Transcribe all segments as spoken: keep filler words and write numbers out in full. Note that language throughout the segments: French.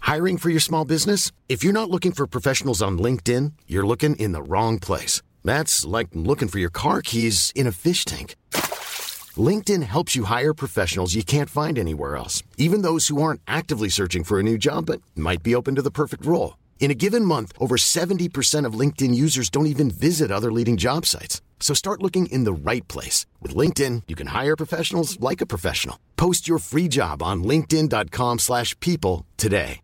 Hiring for your small business? If you're not looking for professionals on LinkedIn, you're looking in the wrong place. That's like looking for your car keys in a fish tank. LinkedIn helps you hire professionals you can't find anywhere else, even those who aren't actively searching for a new job but might be open to the perfect role. In a given month, over seventy percent of LinkedIn users don't even visit other leading job sites. So start looking in the right place. With LinkedIn, you can hire professionals like a professional. Post your free job on linkedin.com slash people today.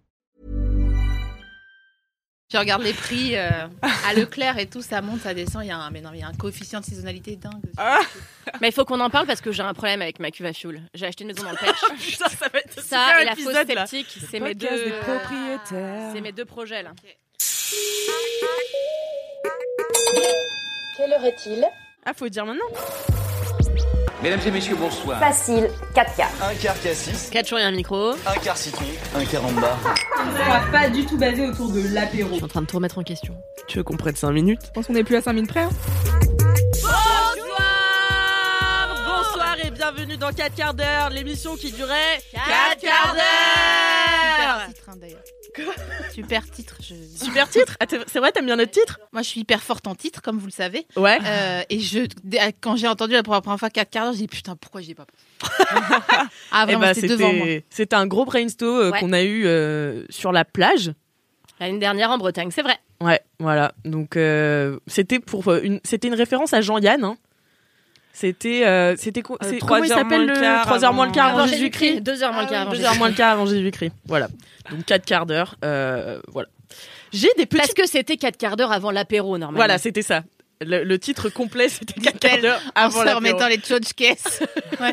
Tu regardes les prix euh, à Leclerc et tout, ça monte, ça descend. Il y a un, mais non, il y a un coefficient de saisonnalité dingue. Ah. Mais il faut qu'on en parle parce que j'ai un problème avec ma cuve à fioul. J'ai acheté une maison dans le Perche. Putain, ça va être ça et la épisode, fosse là. sceptique, c'est mes deux des propriétaires. C'est mes deux projets là. Okay. Quelle heure est-il ? Ah, faut dire maintenant. Mesdames et messieurs, bonsoir. Facile, quatre quarts. Un quart cassis, quatre jours et un micro. un quart citron, un quart en bas. On va pas du tout basé autour de l'apéro. Je suis en train de tout remettre en question. Tu veux qu'on prenne cinq minutes ? Je pense qu'on est plus à cinq minutes près. Hein. Bonsoir Bonsoir et bienvenue dans quatre quarts d'heure, l'émission qui durait quatre quarts d'heure. Super titre, hein, d'ailleurs. Super titre. Je... Super titre. Ah, c'est vrai, t'aimes bien notre titre ? Moi, je suis hyper forte en titre, comme vous le savez. Ouais. Euh, et je, quand j'ai entendu la première fois quatre quarts d'heure, j'ai dit putain, pourquoi j'y ai pas pensé. Ah, vraiment, eh ben, c'était devant moi. C'était un gros brainstorm euh, Ouais. qu'on a eu euh, sur la plage. L'année dernière en Bretagne, c'est vrai. Ouais, voilà. Donc euh, c'était pour euh, une, c'était une référence à Jean-Yann. Hein. C'était, euh, c'était co- Euh, c'est, trois comment il heures s'appelle moins le le quart trois heures moins le quart avant Avant Jésus-Christ. deux heures moins le quart avant Deux Jésus-Christ. heures moins le quart avant Jésus-Christ. Voilà. Donc quatre quarts d'heure. Euh, voilà. J'ai des petits. Parce que c'était quatre quarts d'heure avant l'apéro normalement. Voilà, c'était ça. Le, le titre complet, c'était quatre quarts d'heure En avant se l'apéro. remettant les tchotchkes. Ouais.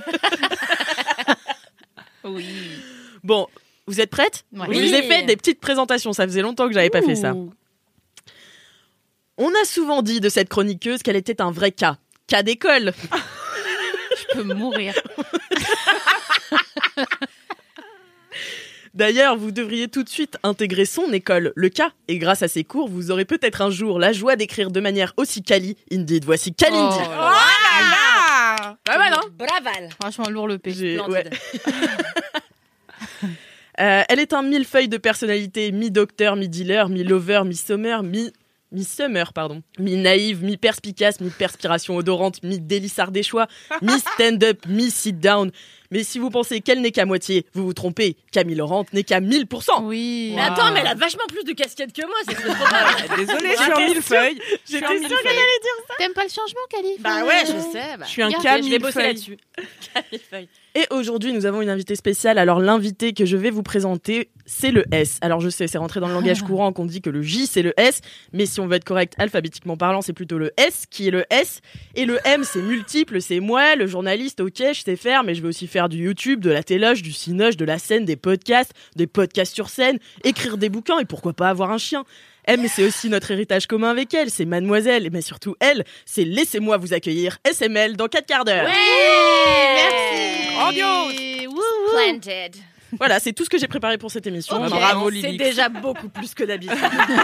Oui. Bon, vous êtes prêtes ? Ouais. Je vous ai fait des petites présentations. Ça faisait longtemps que j'avais pas fait ça. Ouh. On a souvent dit de cette chroniqueuse qu'elle était un vrai cas. Cas d'école. Je peux mourir. D'ailleurs, vous devriez tout de suite intégrer son école, le cas, et grâce à ces cours, vous aurez peut-être un jour la joie d'écrire de manière aussi quali. Indeed, voici Kalindi. Oh Oh là là. Pas mal, hein ? Braval. Franchement, lourd le P. J'ai- Splendide. ouais. Euh, elle est un millefeuille de personnalité, mi-docteur, mi-dealer, mi-lover, mi-summer, mi... Mi-summer, pardon. Mi-naïve, mi-perspicace, mi-perspiration odorante, mi-délice ardéchois, mi-stand-up, mi-sit-down. Mais si vous pensez qu'elle n'est qu'à moitié, vous vous trompez. Camille Laurent n'est qu'à mille pour cent. Oui. Mais attends, mais elle a vachement plus de casquettes que moi, c'est trop drôle. Désolée, je suis en millefeuille. J'étais en sûre millefeuille. qu'elle allait dire. T'aimes pas le changement, Cali? Bah ouais, je sais. Bah. Je suis un Regarde, cas je vais bosser millefeuille. là-dessus. Cas millefeuille. Et aujourd'hui, nous avons une invitée spéciale. Alors, l'invité que je vais vous présenter, c'est le S. Alors, je sais, c'est rentré dans le langage courant qu'on dit que le J, c'est le S. Mais si on veut être correct, alphabétiquement parlant, c'est plutôt le S qui est le S. Et le M, c'est multiple. C'est moi, le journaliste. Ok, je sais faire, mais je vais aussi faire du YouTube, de la téloge, du cinoche, de la scène, des podcasts, des podcasts sur scène, écrire des bouquins et pourquoi pas avoir un chien. M, c'est aussi notre héritage commun avec elle. C'est Mademoiselle, mais surtout elle, c'est laissez-moi vous accueillir S M L dans quatre quarts d'heure. Merci. Grandiose. Wouh, wouh. Planted. Voilà, c'est tout ce que j'ai préparé pour cette émission. Ok, bravo, c'est Lily. déjà beaucoup plus que d'habitude.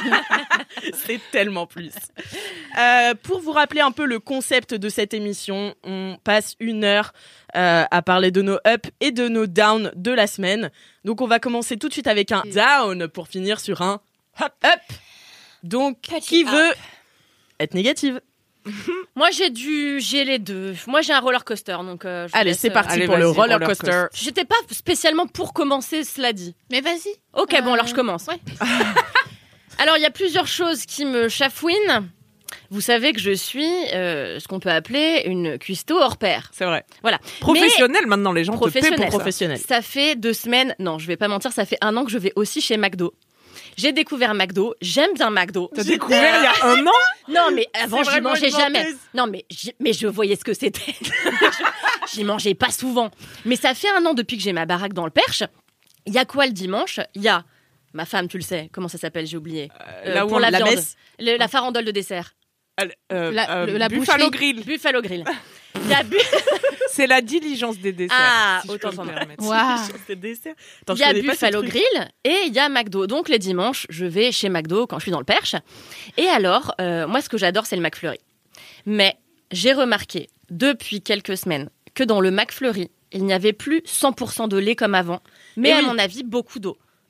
C'est tellement plus. Euh, pour vous rappeler un peu le concept de cette émission, on passe une heure euh, à parler de nos ups et de nos downs de la semaine. Donc on va commencer tout de suite avec un down pour finir sur un up. up. Donc qui up. veut être négative? Moi, j'ai dû, j'ai les deux. Moi, j'ai un roller coaster, donc. euh, je vous Allez, laisse, c'est euh, parti Allez, pour le vas-y, roller roller coaster. J'étais pas spécialement pour commencer, cela dit. Mais vas-y. Ok, bon, Euh, alors je commence. ouais. Alors, il y a plusieurs choses qui me chafouinent. Vous savez que je suis euh, ce qu'on peut appeler une cuistot hors pair. C'est vrai. Voilà. Professionnel, maintenant, les gens te paient Professionnel. pour ça. Professionnel. Ça fait deux semaines, non, je vais pas mentir, ça fait un an que je vais aussi chez McDo. J'ai découvre McDo, j'aime bien McDo. T'as découvert il y a un an? Non, mais avant, C'est j'y vraiment mangeais une jamais. menteuse. Non, mais, j'y- mais je voyais ce que c'était. J'y mangeais pas souvent. Mais ça fait un an depuis que j'ai ma baraque dans le Perche. Il y a quoi le dimanche? Il y a ma femme, tu le sais, comment ça s'appelle, j'ai oublié. Euh, Là où pour on la la viande. messe. Le- la farandole de dessert. Euh, La- euh, le- la Buffalo boucherie. Grill. Buffalo Grill. Il y a bu- C'est la diligence des desserts. Ah, si je autant peux pour me moi. permettre. Waouh. C'est dessert. Attends, Il je y a connais pas ce Buffalo truc. Grill et il y a McDo. Donc les dimanches, je vais chez McDo quand je suis dans le Perche. Et alors, euh, moi, ce que j'adore, c'est le McFlurry. Mais j'ai remarqué depuis quelques semaines que dans le McFlurry, il n'y avait plus cent pour cent de lait comme avant, mais Eh à oui. mon avis, beaucoup d'eau.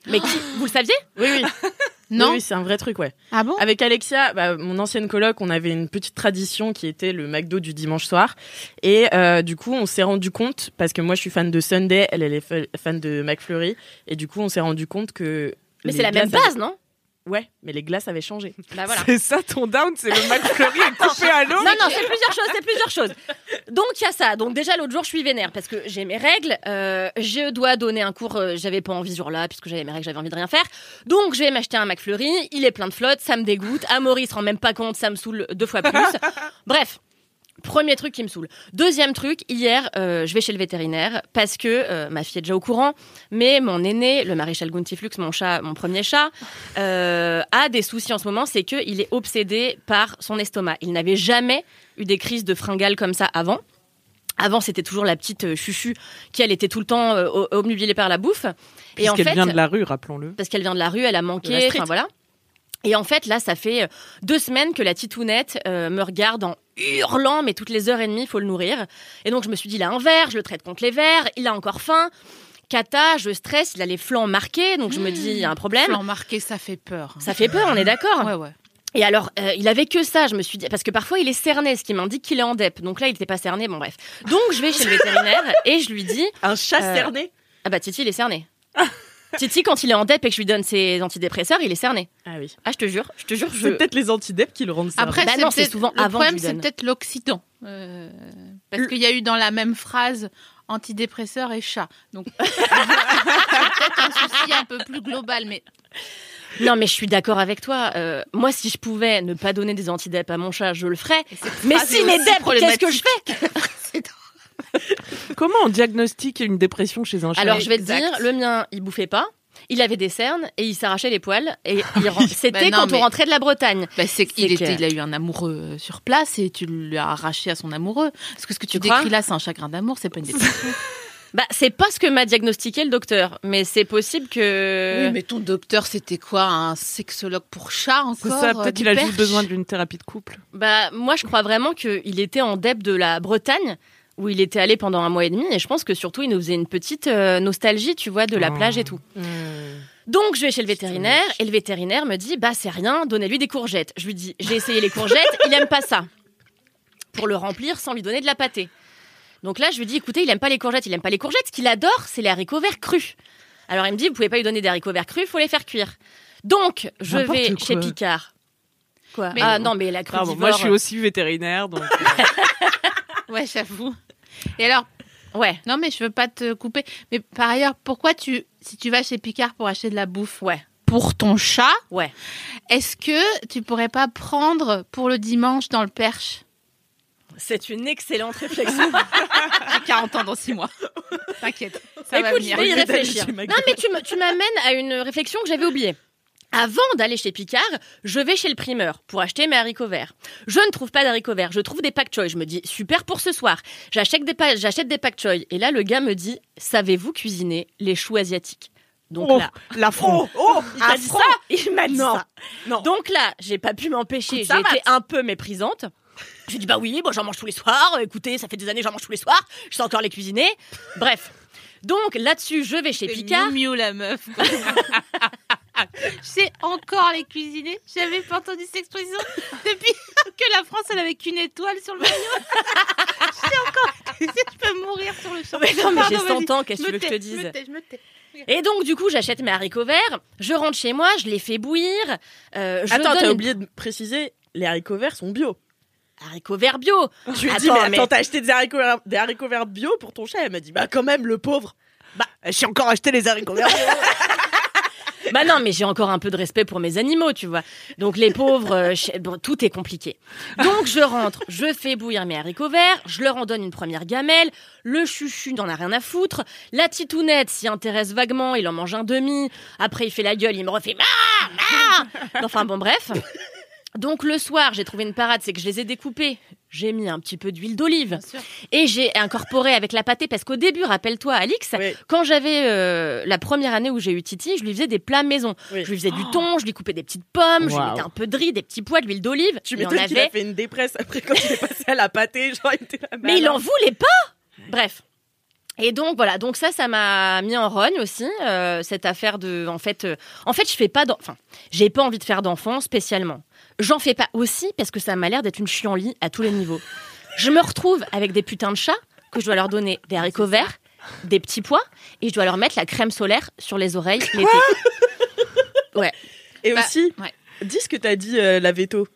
Mais qui, vous le saviez? Oui, oui. Non. Oui, oui, c'est un vrai truc, ouais. Ah bon? Avec Alexia, bah, mon ancienne coloc, on avait une petite tradition qui était le McDo du dimanche soir. Et euh, du coup, on s'est rendu compte, parce que moi je suis fan de Sunday, elle, elle est fa- fan de McFlurry. Et du coup, on s'est rendu compte que. Mais les c'est la même glaces base, avaient- non? Ouais, mais les glaces avaient changé. Bah voilà. C'est ça ton down, c'est le McFlurry est coupé à l'eau. Non, non, c'est plusieurs choses, c'est plusieurs choses. Donc, il y a ça. Donc, déjà, l'autre jour, je suis vénère parce que j'ai mes règles. Euh, je dois donner un cours. euh, j'avais pas envie ce jour-là puisque j'avais mes règles, j'avais envie de rien faire. Donc, je vais m'acheter un McFlurry. Il est plein de flotte, ça me dégoûte. Amaury se rend même pas compte, ça me saoule deux fois plus. Bref. Premier truc qui me saoule. Deuxième truc, hier, euh, je vais chez le vétérinaire parce que euh, ma fille est déjà au courant, mais mon aîné, le maréchal Guntiflux, mon chat, mon premier chat, euh, a des soucis en ce moment. C'est qu'il est obsédé par son estomac. Il n'avait jamais eu des crises de fringales comme ça avant. Avant, c'était toujours la petite euh, chuchu qui, elle, était tout le temps euh, obnubilée par la bouffe. Et en Puisqu'elle fait, vient de la rue, rappelons-le. parce qu'elle vient de la rue, elle a De la manqué, street. enfin voilà. Et en fait, là, ça fait euh, deux semaines que la titounette euh, me regarde en hurlant, mais toutes les heures et demie, il faut le nourrir. Et donc, je me suis dit, il a un verre, je le traite contre les verres, il a encore faim. Cata, je stresse, il a les flancs marqués, donc je me dis, il y a un problème. Flanc marqué, ça fait peur. Ça fait peur, on est d'accord. Ouais, ouais. Et alors, euh, il avait que ça, je me suis dit, parce que parfois il est cerné, ce qui m'indique qu'il est en D E P. Donc là, il n'était pas cerné, bon bref. Donc je vais chez le vétérinaire et je lui dis, Un chat Euh, cerné. ah bah Titi, il est cerné. Titi, quand il est en D E P et que je lui donne ses antidépresseurs, il est cerné. Ah oui. Ah, je te jure, je te jure, je... C'est peut-être les antidep qui le rendent cerné. Après, Bah c'est non, c'est peut-être- souvent le avant que je problème, lui c'est donne. peut-être l'Occident. Euh, parce Le- qu'il y a eu dans la même phrase antidépresseur et chat. Donc, c'est peut-être un souci un peu plus global. Mais Non, mais je suis d'accord avec toi. Euh, moi, si je pouvais ne pas donner des anti-D E P à mon chat, je le ferais. Mais phrase si est les aussi D E P, qu'est-ce que je fais? c'est Comment on diagnostique une dépression chez un chat? Alors, je vais te Exact. dire, le mien, il bouffait pas. Il avait des cernes et il s'arrachait les poils. Et il ren- C'était Bah non, quand mais- on rentrait de la Bretagne. Bah, c'est qu'il C'est était, que- il a eu un amoureux euh, sur place et tu lui as arraché à son amoureux. Parce que ce que tu, Tu crois décris là, c'est un chagrin d'amour, c'est pas une dépression. Bah, c'est pas ce que m'a diagnostiqué le docteur, mais c'est possible que. Oui, mais ton docteur, c'était quoi? Un sexologue pour chat encore? C'est ça, euh, peut-être du qu'il a juste perche besoin d'une thérapie de couple. Bah, moi, je crois vraiment qu'il était en D E P de la Bretagne, où il était allé pendant un mois et demi, et je pense que surtout, il nous faisait une petite euh, nostalgie, tu vois, de la Oh. plage et tout. Hmm. Donc, je vais chez le vétérinaire, et le vétérinaire me dit, bah, c'est rien, donnez-lui des courgettes. Je lui dis, j'ai essayé les courgettes, il aime pas ça. Pour le remplir sans lui donner de la pâtée. Donc là, je lui dis, écoutez, il aime pas les courgettes, il aime pas les courgettes, ce qu'il adore, c'est les haricots verts crus. Alors, il me dit, vous pouvez pas lui donner des haricots verts crus, il faut les faire cuire. Donc, je N'importe vais quoi. chez Picard. Quoi Mais- Ah non, mais la Pardon, crudivore... moi, je suis aussi vétérinaire, donc. euh, Ouais, j'avoue. Et alors, Ouais, non, mais je veux pas te couper. Mais par ailleurs, pourquoi tu, si tu vas chez Picard pour acheter de la bouffe ouais, pour ton chat, ouais. est-ce que tu pourrais pas prendre pour le dimanche dans le Perche? C'est une excellente réflexion. J'ai quarante ans dans six mois. T'inquiète, ça va Écoute, je venir. vais y Au lieu d'aller réfléchir. chez Non, McDo. mais tu, me- tu m'amènes à une réflexion que j'avais oubliée. Avant d'aller chez Picard, je vais chez le primeur pour acheter mes haricots verts. Je ne trouve pas d'haricots verts, je trouve des pak choy. Je me dis, super pour ce soir. J'achète des, pa- j'achète des pak choy. Et là, le gars me dit, savez-vous cuisiner les choux asiatiques? Donc Oh, là, l'affront. Oh, oh, il un t'a dit franc, ça? il m'a dit Non. ça. Non. Donc là, j'ai pas pu m'empêcher. Coup de J'ai été savate. un peu méprisante. J'ai dit bah oui, bon, j'en mange tous les soirs. Écoutez, ça fait des années que j'en mange tous les soirs. Je sais encore les cuisiner. Bref. Donc là-dessus, je vais chez C'est Picard. miou miou, la meuf. quoi. Je sais encore les cuisiner. J'avais pas entendu cette expression depuis que la France elle avait qu'une étoile sur le maillot. Je sais encore. Je peux mourir sur le champ. Mais non, mais j'ai Pardon, cent ans, vas-y. qu'est-ce que tu veux que je te me dise? tais, je me tais. Et donc du coup, j'achète mes haricots verts. Je rentre chez moi, je les fais bouillir. Euh, je Attends, donne t'as une- oublié de préciser, les haricots verts sont bio. haricots verts bio. Je lui ai Attends, dit, mais mais- attends, t'as acheté des haricots, verts- des haricots verts bio pour ton chat? Elle m'a dit, bah quand même, le pauvre. J'ai encore acheté les haricots verts. Bah non, mais j'ai encore un peu de respect pour mes animaux, tu vois. Donc les pauvres, euh, je- bon, tout est compliqué. Donc je rentre, je fais bouillir mes haricots verts, je leur en donne une première gamelle, le chuchu n'en a rien à foutre, la titounette s'y intéresse vaguement, il en mange un demi, après il fait la gueule, il me refait « Ma Ma !» Enfin bon, bref. Donc le soir, j'ai trouvé une parade, c'est que je les ai découpés. J'ai mis un petit peu d'huile d'olive Bien sûr. et j'ai incorporé avec la pâtée parce qu'au début, rappelle-toi Alix, Oui. quand j'avais euh, la première année où j'ai eu Titi, je lui faisais des plats maison. Oui. Je lui faisais du thon, je lui coupais des petites pommes, je lui Waouh. mettais un peu de riz, des petits pois, de l'huile d'olive. Tu Il en m'étonnes qu'il a avait, fait une dépresse après quand il est passé à la pâtée, genre il était là. mais il en voulait pas. Bref. Et donc voilà, donc ça, ça m'a mis en rogne aussi euh, cette affaire de, en fait, euh, en fait, je fais pas, enfin, j'ai pas envie de faire d'enfants spécialement. J'en fais pas aussi parce que ça m'a l'air d'être une chienlit à tous les niveaux. Je me retrouve avec des putains de chats que je dois leur donner des haricots verts, des petits pois, et je dois leur mettre la crème solaire sur les oreilles l'été. Ouais. Et Bah, aussi, ouais. dis ce que t'as dit euh, la veto.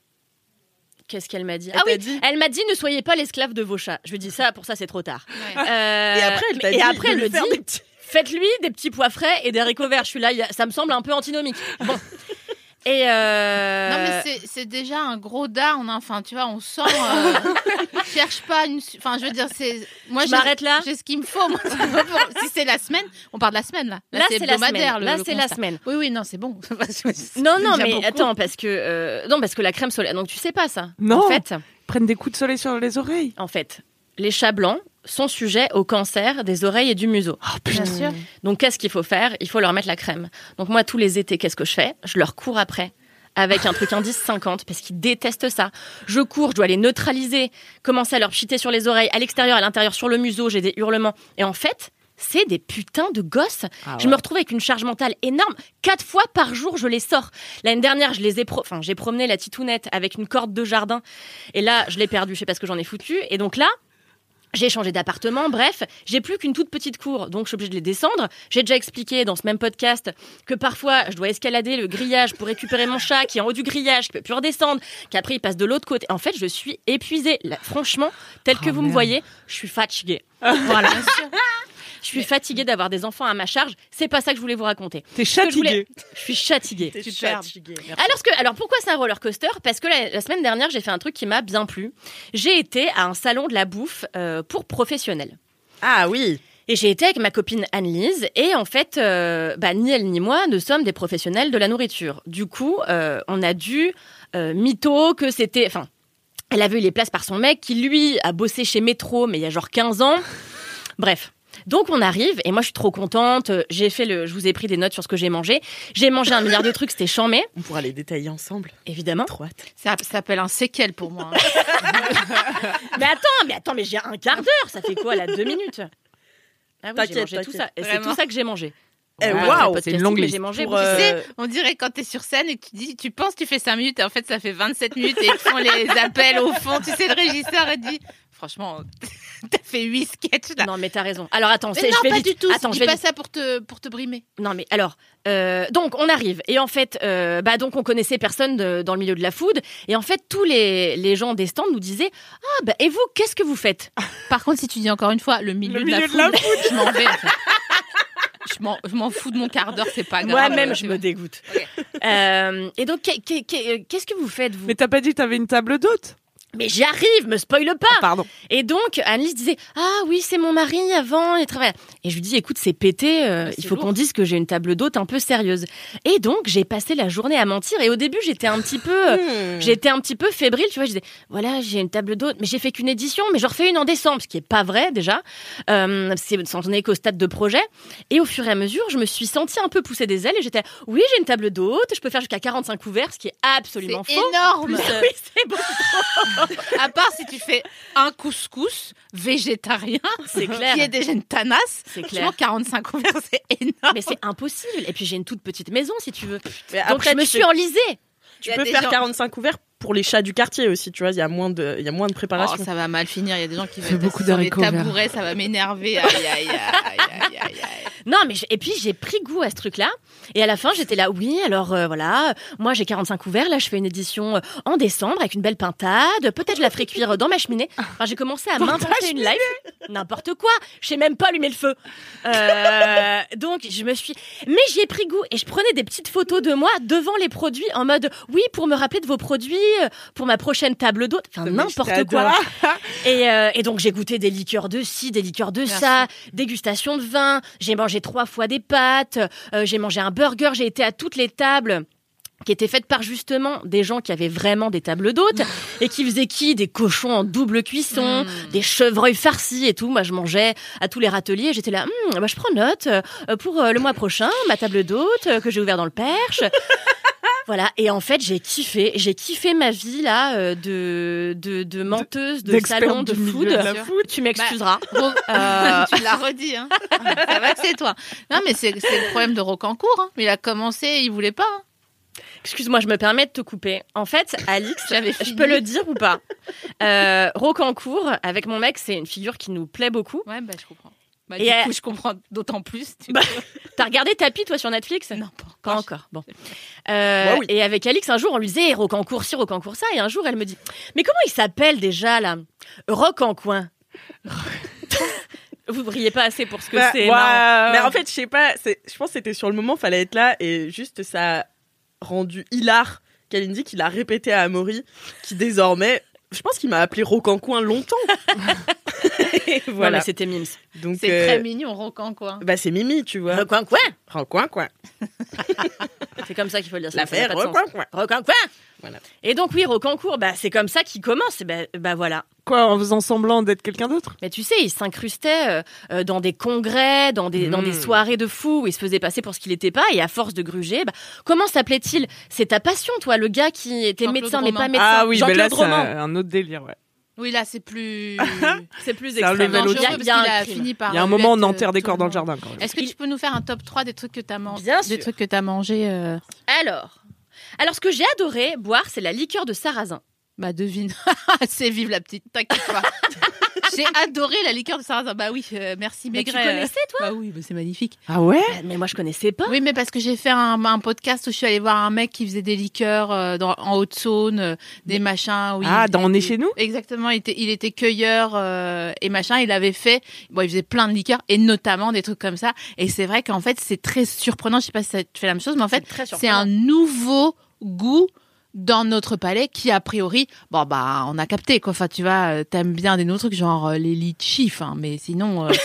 Qu'est-ce qu'elle m'a dit Elle Ah t'a oui, dit elle m'a dit ne soyez pas l'esclave de vos chats. Je lui dis ça, pour ça c'est trop tard. Ouais. Euh, Et après, elle t'a et dit après, de elle lui me faire dit des petits- faites-lui des petits pois frais et des haricots verts. Je suis là, y a- ça me semble un peu antinomique. Bon. Et euh... Non mais c'est, c'est déjà un gros down, hein. Enfin tu vois, on sent. Euh, cherche pas une. su- Enfin je veux dire, c'est. Moi Je j'ai, m'arrête là. j'ai ce qu'il me faut. Moi, si c'est la semaine, on parle de la semaine là. Là, c'est la hebdomadaire, semaine. le- Là, le c'est la constat. semaine. Oui oui non c'est bon. Non, non, Déjà mais beaucoup. attends, parce que euh, non, parce que la crème solaire. Donc tu sais pas ça. Non. En fait, Prennent des coups de soleil sur les oreilles. en fait, les chats blancs sont sujets au cancer des oreilles et du museau. Bien sûr. Donc qu'est-ce qu'il faut faire ? Il faut leur mettre la crème. Donc moi, tous les étés, qu'est-ce que je fais ? Je leur cours après. Avec un truc indice cinquante, parce qu'ils détestent ça. Je cours, je dois les neutraliser, commencer à leur pchiter sur les oreilles, à l'extérieur, à l'intérieur, sur le museau, j'ai des hurlements. Et en fait, c'est des putains de gosses. Ah Je me retrouve avec une charge mentale énorme. Quatre fois par jour, je les sors. L'année dernière, je les ai pro... enfin, j'ai promené la titounette avec une corde de jardin. Et là, je l'ai perdue, je sais pas ce que j'en ai foutu. Et donc là, j'ai changé d'appartement, bref, j'ai plus qu'une toute petite cour, donc je suis obligée de les descendre. J'ai déjà expliqué dans ce même podcast que parfois je dois escalader le grillage pour récupérer mon chat qui est en haut du grillage, qui peut plus redescendre, qu'après il passe de l'autre côté. En fait, je suis épuisée. Là, franchement, tel que Oh, vous me merde. voyez, je suis fatiguée. Voilà. Je suis fatiguée d'avoir des enfants à ma charge. C'est pas ça que je voulais vous raconter. T'es Ce que je voulais- fatigué. Je suis fatiguée. T'es Superbe. fatiguée. Alors, que, alors pourquoi c'est un roller coaster ? Parce que la, la semaine dernière, j'ai fait un truc qui m'a bien plu. J'ai été à un salon de la bouffe euh, pour professionnels. Ah oui. Et j'ai été avec ma copine Anne-Lise. Et en fait, euh, bah, ni elle ni moi ne sommes des professionnels de la nourriture. Du coup, euh, on a dû euh, mytho que c'était... Enfin, elle avait eu les places par son mec qui, lui, a bossé chez Métro, mais il y a genre quinze ans. Bref. Donc on arrive et moi je suis trop contente. J'ai fait le, je vous ai pris des notes sur ce que j'ai mangé. J'ai mangé un milliard de trucs, c'était chambé, On pourra les détailler ensemble. évidemment. Trop hâte. Ça, ça s'appelle un séquel pour moi. hein. Mais attends, mais attends, mais j'ai un quart d'heure. Ça fait quoi là, deux minutes Ah oui, j'ai T'inquiète, mangé tout t'inquiète. ça. Et c'est Vraiment. tout ça que j'ai mangé. Eh, Voilà, waouh, très c'est une podcastique, longue mais liste. J'ai mangé Pour, beaucoup. euh, Tu sais, on dirait quand t'es sur scène et que tu dis, tu penses que tu fais cinq minutes et en fait ça fait vingt-sept minutes et ils font les appels au fond. Tu sais, le régisseur il dit, franchement, t'as fait huit sketchs là. Non, mais t'as raison. Alors attends, Mais c'est, non, je vais pas vite. du tout. Attends, Dis je vais pas vite. ça pour te, pour te brimer. Non, mais alors, euh, donc on arrive et en fait, euh, bah donc on connaissait personne de- dans le milieu de la food et en fait tous les les gens des stands nous disaient ah bah et vous qu'est-ce que vous faites ? Par contre, si tu dis encore une fois le milieu, Le de, la milieu de la food, je m'en vais. En fait. Je m'en, je m'en fous de mon quart d'heure, c'est pas grave. Moi-même, Euh, je tu me vois. dégoûte. Euh, et donc, qu'est- qu'est- qu'est- qu'est-ce que vous faites vous ? Mais t'as pas dit que t'avais une table d'hôte? Mais j'y arrive, me spoile pas. Pardon. Et donc, Annelise disait ah oui, c'est mon mari avant, il travaille. Et je lui dis écoute, c'est pété, euh, Ouais, c'est il faut lourd. qu'on dise que j'ai une table d'hôte un peu sérieuse. Et donc, j'ai passé la journée à mentir. Et au début, j'étais un petit peu, euh, Hmm. j'étais un petit peu fébrile, tu vois. Je disais voilà, j'ai une table d'hôte, mais j'ai fait qu'une édition, mais j'en refais une en décembre, ce qui est pas vrai déjà. Euh, c'est sans donner qu'au stade de projet. Et au fur et à mesure, je me suis sentie un peu pousser des ailes et j'étais oui, j'ai une table d'hôte, je peux faire jusqu'à quarante-cinq couverts, ce qui est absolument C'est faux. énorme. Plus, euh, oui, c'est beaucoup. À part si tu fais un couscous végétarien, C'est clair. qui est déjà une tanasse. C'est Franchement, clair. quarante-cinq couverts, c'est énorme. Mais c'est impossible. Et puis j'ai une toute petite maison, si tu veux. Mais Donc après, je me tu suis fais- enlisée. Tu Il y a peux des faire gens- quarante-cinq couverts pour les chats du quartier aussi, tu vois. Il y a moins de, il y a moins de Oh, préparation. ça va mal finir. Il y a des gens qui Fais vont beaucoup être sur les d'haricots verts. tabourets. Ça va m'énerver. Aïe, aïe, aïe, aïe, aïe, aïe, aïe. Non, mais j'ai- et puis j'ai pris goût à ce truc-là. Et à la fin, j'étais là, oui, alors euh, voilà, moi j'ai quarante-cinq couverts. Là, je fais une édition euh, en décembre avec une belle pintade. Peut-être je la ferai cuire dans ma cheminée. Enfin, j'ai commencé à m'inventer une life. N'importe quoi. Je sais même pas allumer le feu. Euh, donc, je me suis. Mais j'y ai pris goût et je prenais des petites photos de moi devant les produits en mode, oui, pour me rappeler de vos produits, euh, pour ma prochaine table d'hôte. Enfin, Mais je n'importe quoi. t'adore. Et, euh, et donc j'ai goûté des liqueurs de ci, des liqueurs de Bien ça, dégustation de vin. J'ai mangé trois fois des pâtes. euh, j'ai mangé un burger. J'ai été à toutes les tables qui étaient faites par justement des gens qui avaient vraiment des tables d'hôtes et qui faisaient qui des cochons en double cuisson, Mm. des chevreuils farcis et tout. Moi, je mangeais à tous les râteliers. J'étais là, Hum, bah, je prends note euh, pour euh, le mois prochain, ma table d'hôte euh, que j'ai ouvert dans le Perche. Voilà, et en fait, j'ai kiffé. J'ai kiffé ma vie, là, euh, de, de, de menteuse, de D'experte salon, de du milieu food. de la food. Tu m'excuseras. Ro- euh, tu l'as redit, hein. Ça va que c'est toi. Non, mais c'est, c'est le problème de Rocancourt. Hein. Il a commencé, il voulait pas. Hein. Excuse-moi, je me permets de te couper. En fait, Alix, J'avais je fini. peux le dire ou pas euh, Rocancourt, avec mon mec, c'est une figure qui nous plaît beaucoup. Ouais, bah je comprends. Bah, Et du elle- coup, je comprends d'autant plus. Tu Bah, T'as regardé Tapis, toi, sur Netflix? Non, pas Pas encore. encore. Bon. Euh, Moi, oui. Et avec Alix, un jour, on lui disait Rocancourt ci, Rocancourt ça. Et un jour, elle me dit mais comment il s'appelle déjà, là? Rock en coin. Vous brillez pas assez pour ce que Bah, c'est. ouais. marrant. Mais en fait, je sais pas, c'est- je pense que c'était sur le moment, fallait être là et juste ça a rendu hilar Kalindi qui l'a répété à Amaury, qui désormais, je pense qu'il m'a appelé Rocancoin longtemps. Et Non, voilà. mais c'était mimes. Donc, C'est euh, très mignon, Rocancourt. bah c'est Mimi, tu vois. Rocancoin. Rocancoin. C'est comme ça qu'il faut le dire. sinon ça L'affaire n'a pas de sens. Rocancoin. Rocancoin. Voilà. Et donc oui, Rocancourt, bah c'est comme ça qu'il commence. Et bah, bah voilà. Quoi, en faisant semblant d'être quelqu'un d'autre? Mais tu sais, il s'incrustait euh, euh, dans des congrès, dans des, dans Mmh. des soirées de fous où il se faisait passer pour ce qu'il n'était pas. Et à force de gruger, bah, comment s'appelait-il? C'est ta passion, toi, le gars qui était Jean-Claude médecin mais Roman. pas médecin. Ah oui, mais là, Jean-Claude c'est Roman. un, un autre délire, ouais. Oui, là, c'est plus. C'est plus C'est un extrême. level Il y a- au-dessus. il y a parce qu'il a un crime. fini par. Il y a un lui moment, on être, enterre euh, des tout corps le dans le monde. jardin, quand même. Est-ce que tu peux nous faire un top trois des trucs que t'as mangé? Bien Des sûr. trucs que t'as mangé euh, Alors, alors ce que j'ai adoré boire, c'est la liqueur de sarrasin. Bah, devine. C'est vive la petite, t'inquiète pas. J'ai adoré la liqueur de sarrasin. Bah oui, euh, merci Mais tu Maigret. connaissais, toi? Bah oui, bah, c'est magnifique. Ah ouais? Ah, Mais moi, je connaissais pas. Oui, mais parce que j'ai fait un, un podcast où je suis allée voir un mec qui faisait des liqueurs euh, dans, en Haute-Saône, euh, des machins. Où Ah, il- dans On est il- chez nous? Exactement, il était, il était cueilleur euh, et machin. Il avait fait, bon, il faisait plein de liqueurs et notamment des trucs comme ça. Et c'est vrai qu'en fait, c'est très surprenant. Je sais pas si ça te fait la même chose, mais en fait, très c'est un nouveau goût dans notre palais qui a priori bon bah on a capté quoi, enfin tu vois, euh, t'aimes bien des nouveaux trucs genre euh, les litchis, hein, mais sinon euh,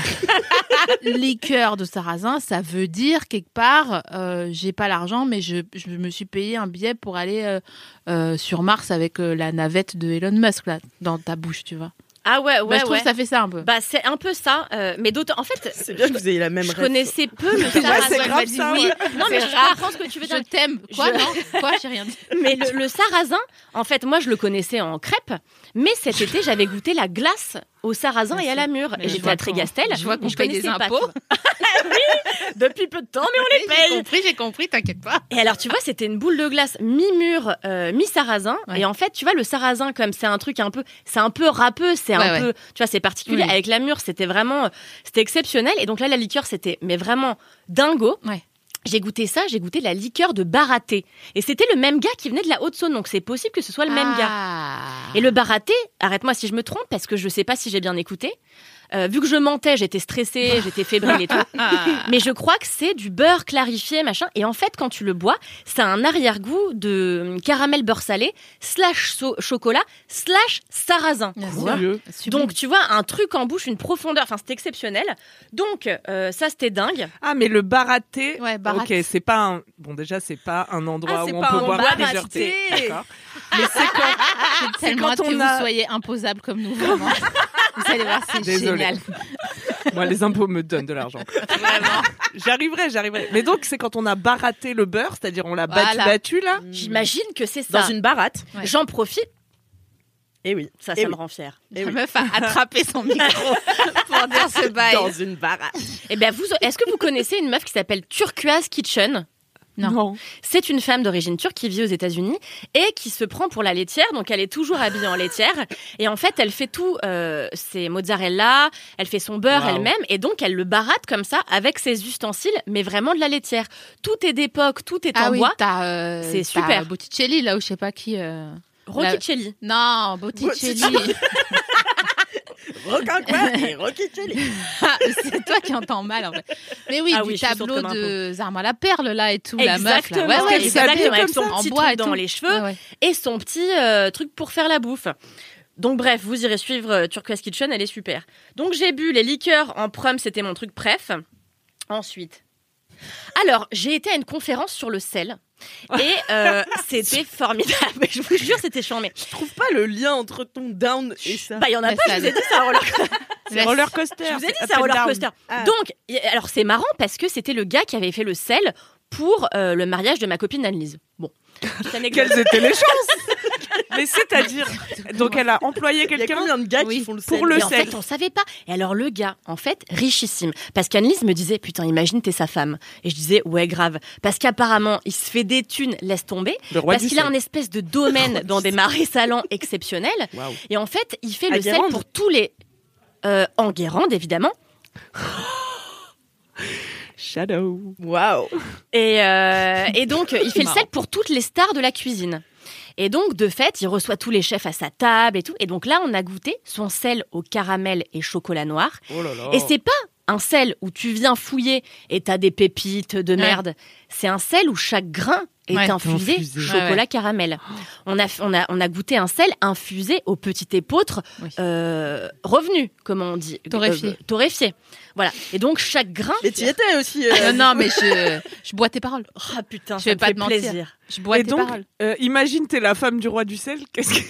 liqueur de sarrasin, ça veut dire quelque part euh, j'ai pas l'argent mais je, je me suis payé un billet pour aller euh, euh, sur Mars avec euh, la navette de Elon Musk là dans ta bouche, tu vois. Ah ouais, Bah, ouais, je trouve ouais. que ça fait ça un peu. Bah c'est un peu ça, euh, mais d'autant. En fait, C'est bien que vous ayez la même je ref. connaissais peu le c'est sarrasin. grave Elle m'a dit ça, oui. ouais. Non mais C'est je rare. comprends ce que tu veux Je dire. t'aime. Quoi, Je- non? Quoi? J'ai rien dit. Mais le, le sarrasin, en fait, moi je le connaissais en crêpe, mais cet été j'avais goûté la glace au sarrasin et à la mûre. Mais Et je j'étais vois à Trégastel. qu'on- je vois qu'on et je paye des connaissais pas, impôts. tu vois. Oui, depuis peu de temps, mais on les J'ai paye. compris, j'ai compris, t'inquiète pas. Et alors, tu vois, c'était une boule de glace mi-mûre, euh, mi-sarrasin. Ouais. Et en fait, tu vois, le sarrasin, comme c'est un truc un peu, c'est un peu râpeux, c'est Ouais, un ouais. peu, tu vois, c'est particulier. Oui. Avec la mûre, c'était vraiment, c'était exceptionnel. Et donc là, la liqueur, c'était, mais vraiment dingo. Ouais. J'ai goûté ça, j'ai goûté la liqueur de Baraté. Et c'était le même gars qui venait de la Haute-Saône, donc c'est possible que ce soit le même gars. Ah. Et le Baraté, arrête-moi si je me trompe, parce que je sais pas si j'ai bien écouté. Euh, vu que je mentais, j'étais stressée, j'étais fébrile et tout. Mais je crois que c'est du beurre clarifié, machin. Et en fait, quand tu le bois, ça a un arrière-goût de caramel beurre salé, slash so- chocolat, slash sarrasin. Bien sûr. Sérieux? Sublime. Donc, tu vois, un truc en bouche, une profondeur. Enfin, c'était exceptionnel. Donc, euh, ça, c'était dingue. Ah, mais le baraté. Ouais, barat. Ok, c'est pas un. Bon, déjà, c'est pas un endroit Ah, où c'est on pas peut un boire baraté. plusieurs thés. D'accord. Mais c'est J'ai quand. tellement hâte quand que on vous a- soyez imposable comme nous, vraiment. Vous allez voir, c'est Désolée. génial. Moi, les impôts me donnent de l'argent. Vraiment. J'arriverai, j'arriverai. Mais donc, c'est quand on a baraté le beurre, c'est-à-dire on l'a battu, Voilà. battu, là. J'imagine que c'est ça. Dans une baratte. Ouais. J'en profite. Et oui. Ça, ça Eh me oui. rend fière. Eh La oui. meuf a attrapé son micro pour dire ce bail. Dans une baratte. Eh ben, vous, est-ce que vous connaissez une meuf qui s'appelle Turquoise Kitchen? Non. C'est une femme d'origine turque qui vit aux États-Unis et qui se prend pour la laitière. Donc, elle est toujours habillée en laitière. Et en fait, elle fait tout. Euh, ses mozzarella, elle fait son beurre Wow. elle-même. Et donc, elle le baratte comme ça avec ses ustensiles, mais vraiment de la laitière. Tout est d'époque, tout est Ah en oui, bois. t'as. euh, C'est t'as super. Botticelli, là, ou je sais pas qui. euh, Rocchicelli. Non, Botticelli. Rocancoin et Rocchicelli. Ah, c'est toi qui entends mal, en fait. Mais oui, Ah du oui, je suis sourde tableau comme un de Zarma la Perle, là, et tout, la meuf. Exactement. Là. Ouais, ouais, c'est c'est habillée exactement, avec comme son ça, en petit bois truc et dans tout. les cheveux Ouais, ouais. et son petit euh, truc pour faire la bouffe. Donc bref, vous irez suivre euh, Turquoise Kitchen, elle est super. Donc j'ai bu les liqueurs en prum, c'était mon truc préf. Ensuite, alors j'ai été à une conférence sur le sel et euh, c'était formidable. Je vous jure, c'était charmé. Je trouve pas le lien entre ton down et ça. Bah il y en a La pas, je vous ai salle. dit ça. roller coaster. C'est roller coaster. Je vous ai dit c'est ça, up and roller down. coaster. Ah. Donc, y- alors c'est marrant parce que c'était le gars qui avait fait le sel pour euh, le mariage de ma copine Anne-Lise. Bon, petite anecdote. Quelles étaient les chances? Mais c'est-à-dire, donc elle a employé Il y a quelqu'un combien de gars Oui. qui font le pour sel le Et en sel. fait, on savait pas. Et alors, le gars, en fait, richissime. Parce qu'Annelise me disait, putain, imagine, t'es sa femme. Et je disais, ouais, grave. Parce qu'apparemment, il se fait des thunes, laisse tomber. Le roi Parce du qu'il a sel. un espèce de domaine dans des marais salants exceptionnels. Waouh. Et en fait, il fait À le sel Guérande. pour tous les. Euh, en Guérande, évidemment. Shadow. Waouh. Et, euh, et donc, il fait le sel pour toutes les stars de la cuisine. Et donc, de fait, il reçoit tous les chefs à sa table et tout. Et donc là, on a goûté son sel au caramel et chocolat noir. Oh là là. Et c'est pas un sel où tu viens fouiller et t'as des pépites de merde. C'est un sel où chaque grain est Ouais. infusé Infusé. chocolat Ouais, ouais. caramel. On a, on, a, on a goûté un sel infusé au petit épeautre Oui. euh, revenu, comment on dit Torréfié. Euh, torréfié. Voilà. Et donc, chaque grain... Mais t'y étais aussi. euh, Non, non, mais je, je bois tes paroles. Ah putain, Je ça vais me pas fait te mentir. plaisir. Je bois Et tes donc, paroles. euh, imagine, t'es la femme du roi du sel. Qu'est-ce que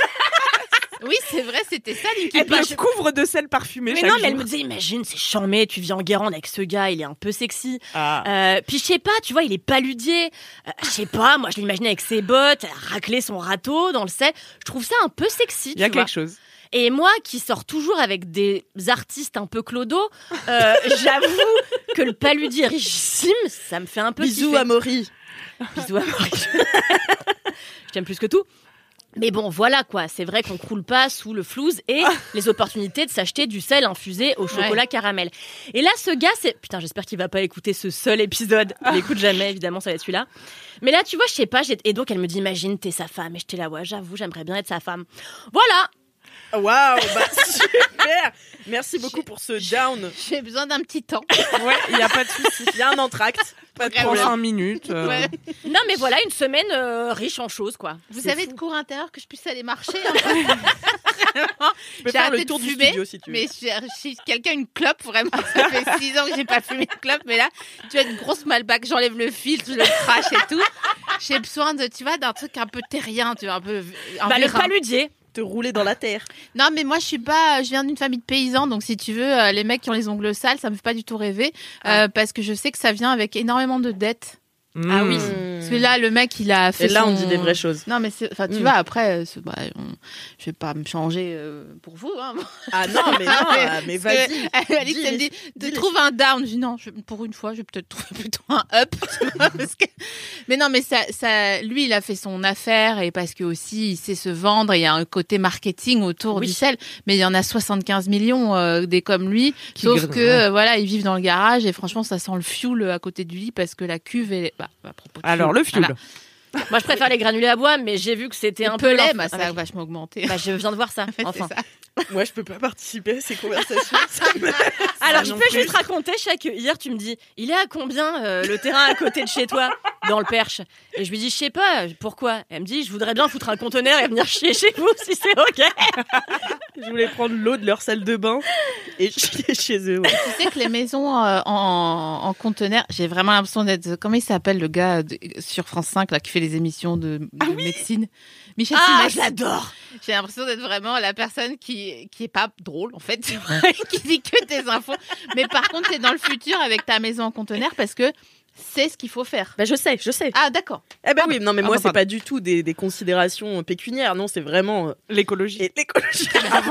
Oui, c'est vrai, c'était ça, Linky elle ben, te je- couvre de sel parfumé Mais chaque non, mais elle jour. me disait, imagine, c'est charmé, tu vis en Guérande avec ce gars, il est un peu sexy. Ah. Euh, puis je sais pas, tu vois, il est paludier. Euh, je sais pas, moi je l'imaginais avec ses bottes, racler son râteau dans le sel. Je trouve ça un peu sexy, Il y a tu vois. quelque chose. Et moi qui sors toujours avec des artistes un peu clodo, euh, j'avoue que le paludier richissime, ça me fait un peu Bisous kiffer. à Maury. Bisous à Maurice. Je t'aime plus que tout. Mais bon, voilà quoi, c'est vrai qu'on croule pas sous le flouze et les opportunités de s'acheter du sel infusé au chocolat Ouais. caramel. Et là, ce gars, c'est... Putain, j'espère qu'il va pas écouter ce seul épisode. Il écoute jamais, évidemment, ça va être celui-là. Mais là, tu vois, je sais pas, j'ai- et donc elle me dit, imagine, t'es sa femme. Et j'étais là, ouais, j'avoue, j'aimerais bien être sa femme. Voilà. Waouh, bah super. Merci beaucoup pour ce down. J'ai besoin d'un petit temps. Ouais, il y a pas de souci. Il y a un entracte. Pas de Vraiment. prends cinq minutes. euh, Ouais. Non, mais voilà, une semaine euh, riche en choses, quoi. Vous C'est avez fou. de cours intérieur que je puisse aller marcher un peu. Vraiment. Je peux J'ai faire arrêté le de tour du fumer, studio si tu veux. Mais si si quelqu'un une clope, vraiment, ça fait six ans que j'ai pas fumé de clope, mais là, tu as une grosse malbac, j'enlève le filtre, je le crache et tout. J'ai besoin de, tu vois, d'un truc un peu terrien, tu vois, un peu. un Bah, le vérin. paludier. Te rouler dans la terre. Non, mais moi, je suis pas. Je viens d'une famille de paysans, donc si tu veux, euh, les mecs qui ont les ongles sales, ça me fait pas du tout rêver, euh, parce que je sais que ça vient avec énormément de dettes. Ah oui. hmm. Parce que là, le mec, il a fait. Et là, son- on dit des vraies choses. Non, mais c'est- enfin, tu Mm. vois, après, euh, c'est- bah, on- je vais pas me changer euh, pour vous. Hein. Ah non, mais non, mais- ah, mais Parce vas-y. que Alice, elle me dit, dis-les. de trouver un down. Je dis non, je- pour une fois, je vais peut-être trouver plutôt un up. tu vois, parce que... Mais non, mais ça, ça, lui, il a fait son affaire et parce que aussi, il sait se vendre. Et il y a un côté marketing autour Oui. du sel. Mais il y en a soixante-quinze millions euh, des comme lui. Qui sauf grimpent, que ouais. euh, voilà, ils vivent dans le garage et franchement, ça sent le fuel à côté du lit parce que la cuve est. Bah, à propos de Alors, fuel, le fuel. voilà. Moi, je préfère les granulés à bois, mais j'ai vu que c'était un Le peu pellet, l'inf- bah, ça a avec- vachement augmenté. Bah, je viens de voir ça, C'est enfin. ça. Moi, je peux pas participer à ces conversations. Ça me- Alors, Ça je non peux plus. juste raconter, chaque hier, tu me dis, il est à combien euh, le terrain à côté de chez toi, dans le Perche? Et je lui dis, je sais pas, pourquoi? Elle me dit, je voudrais bien foutre un conteneur et venir chier chez vous, si c'est ok. Je voulais prendre l'eau de leur salle de bain et chier chez eux. ouais. Tu sais que les maisons euh, en, en conteneur, j'ai vraiment l'impression d'être. Comment il s'appelle le gars de- sur France cinq là, qui fait les émissions de, de médecine? Michel Ah, Simès. je l'adore. J'ai l'impression d'être vraiment la personne qui qui est pas drôle en fait, qui dit que des infos. Mais par contre, t'es dans le futur avec ta maison en conteneur parce que c'est ce qu'il faut faire. Bah, je sais, je sais. Ah d'accord. Eh ben oui, non, mais Ah, moi, bah, c'est pas du tout des, des considérations pécuniaires. Non, c'est vraiment. euh, L'écologie. Et l'écologie.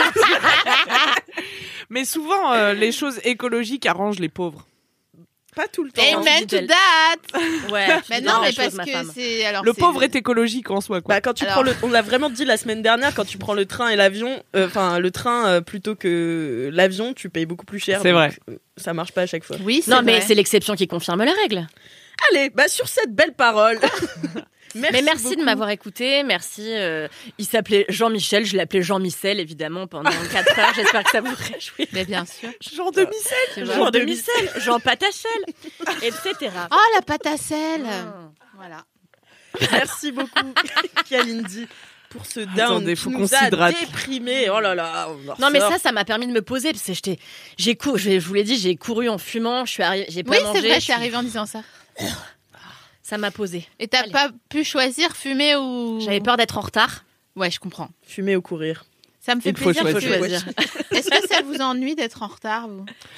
Mais souvent, euh, les choses écologiques arrangent les pauvres. Pas tout le temps. Amen to dit-elle. that. Ouais, Mais tu dis non, la mais chose, parce ma que femme. c'est alors Le c'est- pauvre est écologique en soi, quoi. Bah, quand tu Alors- prends le, on l'a vraiment dit la semaine dernière, quand tu prends le train et l'avion, euh, enfin le train euh, plutôt que l'avion, tu payes beaucoup plus cher. C'est donc, vrai. euh, ça marche pas à chaque fois. Oui, c'est Non, mais vrai. c'est l'exception qui confirme la règle. Allez, bah sur cette belle parole. merci mais merci beaucoup. de m'avoir écouté, merci. euh, il s'appelait Jean-Michel, je l'appelais Jean-Michel, évidemment, pendant quatre heures. J'espère que ça vous réjouit. Mais bien sûr. Genre de missel. Tu vois. Jean de Micelle, Jean Patachel, et cetera. Oh la pâte à sel. Voilà. Merci beaucoup, Kalindi, pour ce down Attendez, qui faut nous qu'on a s'hydrate. déprimé. Oh là là. on en Non, mais ressort. ça, ça m'a permis de me poser parce que j'étais, j'ai couru, je, je vous l'ai dit, j'ai couru en fumant, je suis arrivée, j'ai pas Oui, mangé. c'est vrai, je je suis- suis arrivée en disant ça. Ça m'a posé. Et t'as Allez. pas pu choisir fumer ou. J'avais peur d'être en retard. Ouais, je comprends. Fumer ou courir. Ça me fait Il faut plaisir. choisir. que- Est-ce que ça vous ennuie d'être en retard vous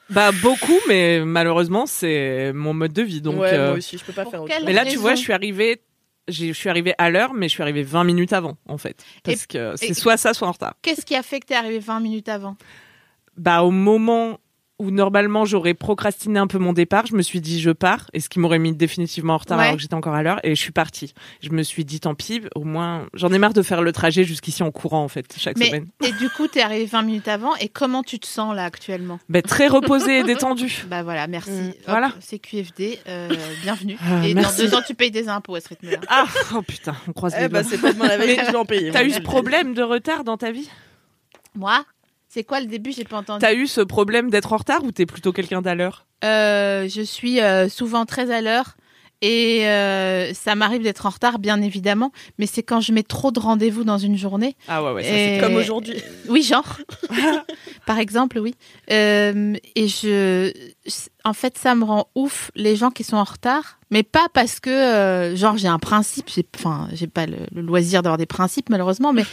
Bah beaucoup, mais malheureusement c'est mon mode de vie. Donc, ouais, euh... moi aussi, je peux pas Pour faire autre quelle chose. mais là, tu raison. vois, je suis arrivée, j'ai- je suis arrivée à l'heure, mais je suis arrivée vingt minutes avant, en fait, parce Et- que c'est et- soit ça, soit en retard. Qu'est-ce qui a fait que t'es arrivé vingt minutes avant? Bah au moment où normalement j'aurais procrastiné un peu mon départ, je me suis dit je pars, et ce qui m'aurait mis définitivement en retard Ouais. alors que j'étais encore à l'heure, et je suis partie. Je me suis dit tant pis, au moins j'en ai marre de faire le trajet jusqu'ici en courant en fait chaque Mais semaine. et du coup, t'es arrivé vingt minutes avant. Et comment tu te sens là actuellement? Bah, très reposée et détendue. Bah voilà, merci. Mm, Hop, voilà. c'est Q F D. euh, bienvenue. Ah, et merci. dans deux ans, tu payes des impôts à ce rythme-là. Ah oh putain, on croise Eh les bah, doigts. c'est pas demain la veille Mais que je vais en payer. T'as moi, eu je ce le dis. problème de retard dans ta vie? Moi, c'est quoi le début? J'ai pas entendu. T'as eu ce problème d'être en retard ou t'es plutôt quelqu'un d'à l'heure? Euh, je suis euh, souvent très à l'heure et euh, ça m'arrive d'être en retard, bien évidemment, mais c'est quand je mets trop de rendez-vous dans une journée. Ah ouais, ouais, ça Et- c'est Comme aujourd'hui. Oui, genre. Par exemple, oui. Euh, et je, en fait, ça me rend ouf les gens qui sont en retard, mais pas parce que, euh, genre, j'ai un principe. J'ai, enfin, j'ai pas le, le loisir d'avoir des principes malheureusement, mais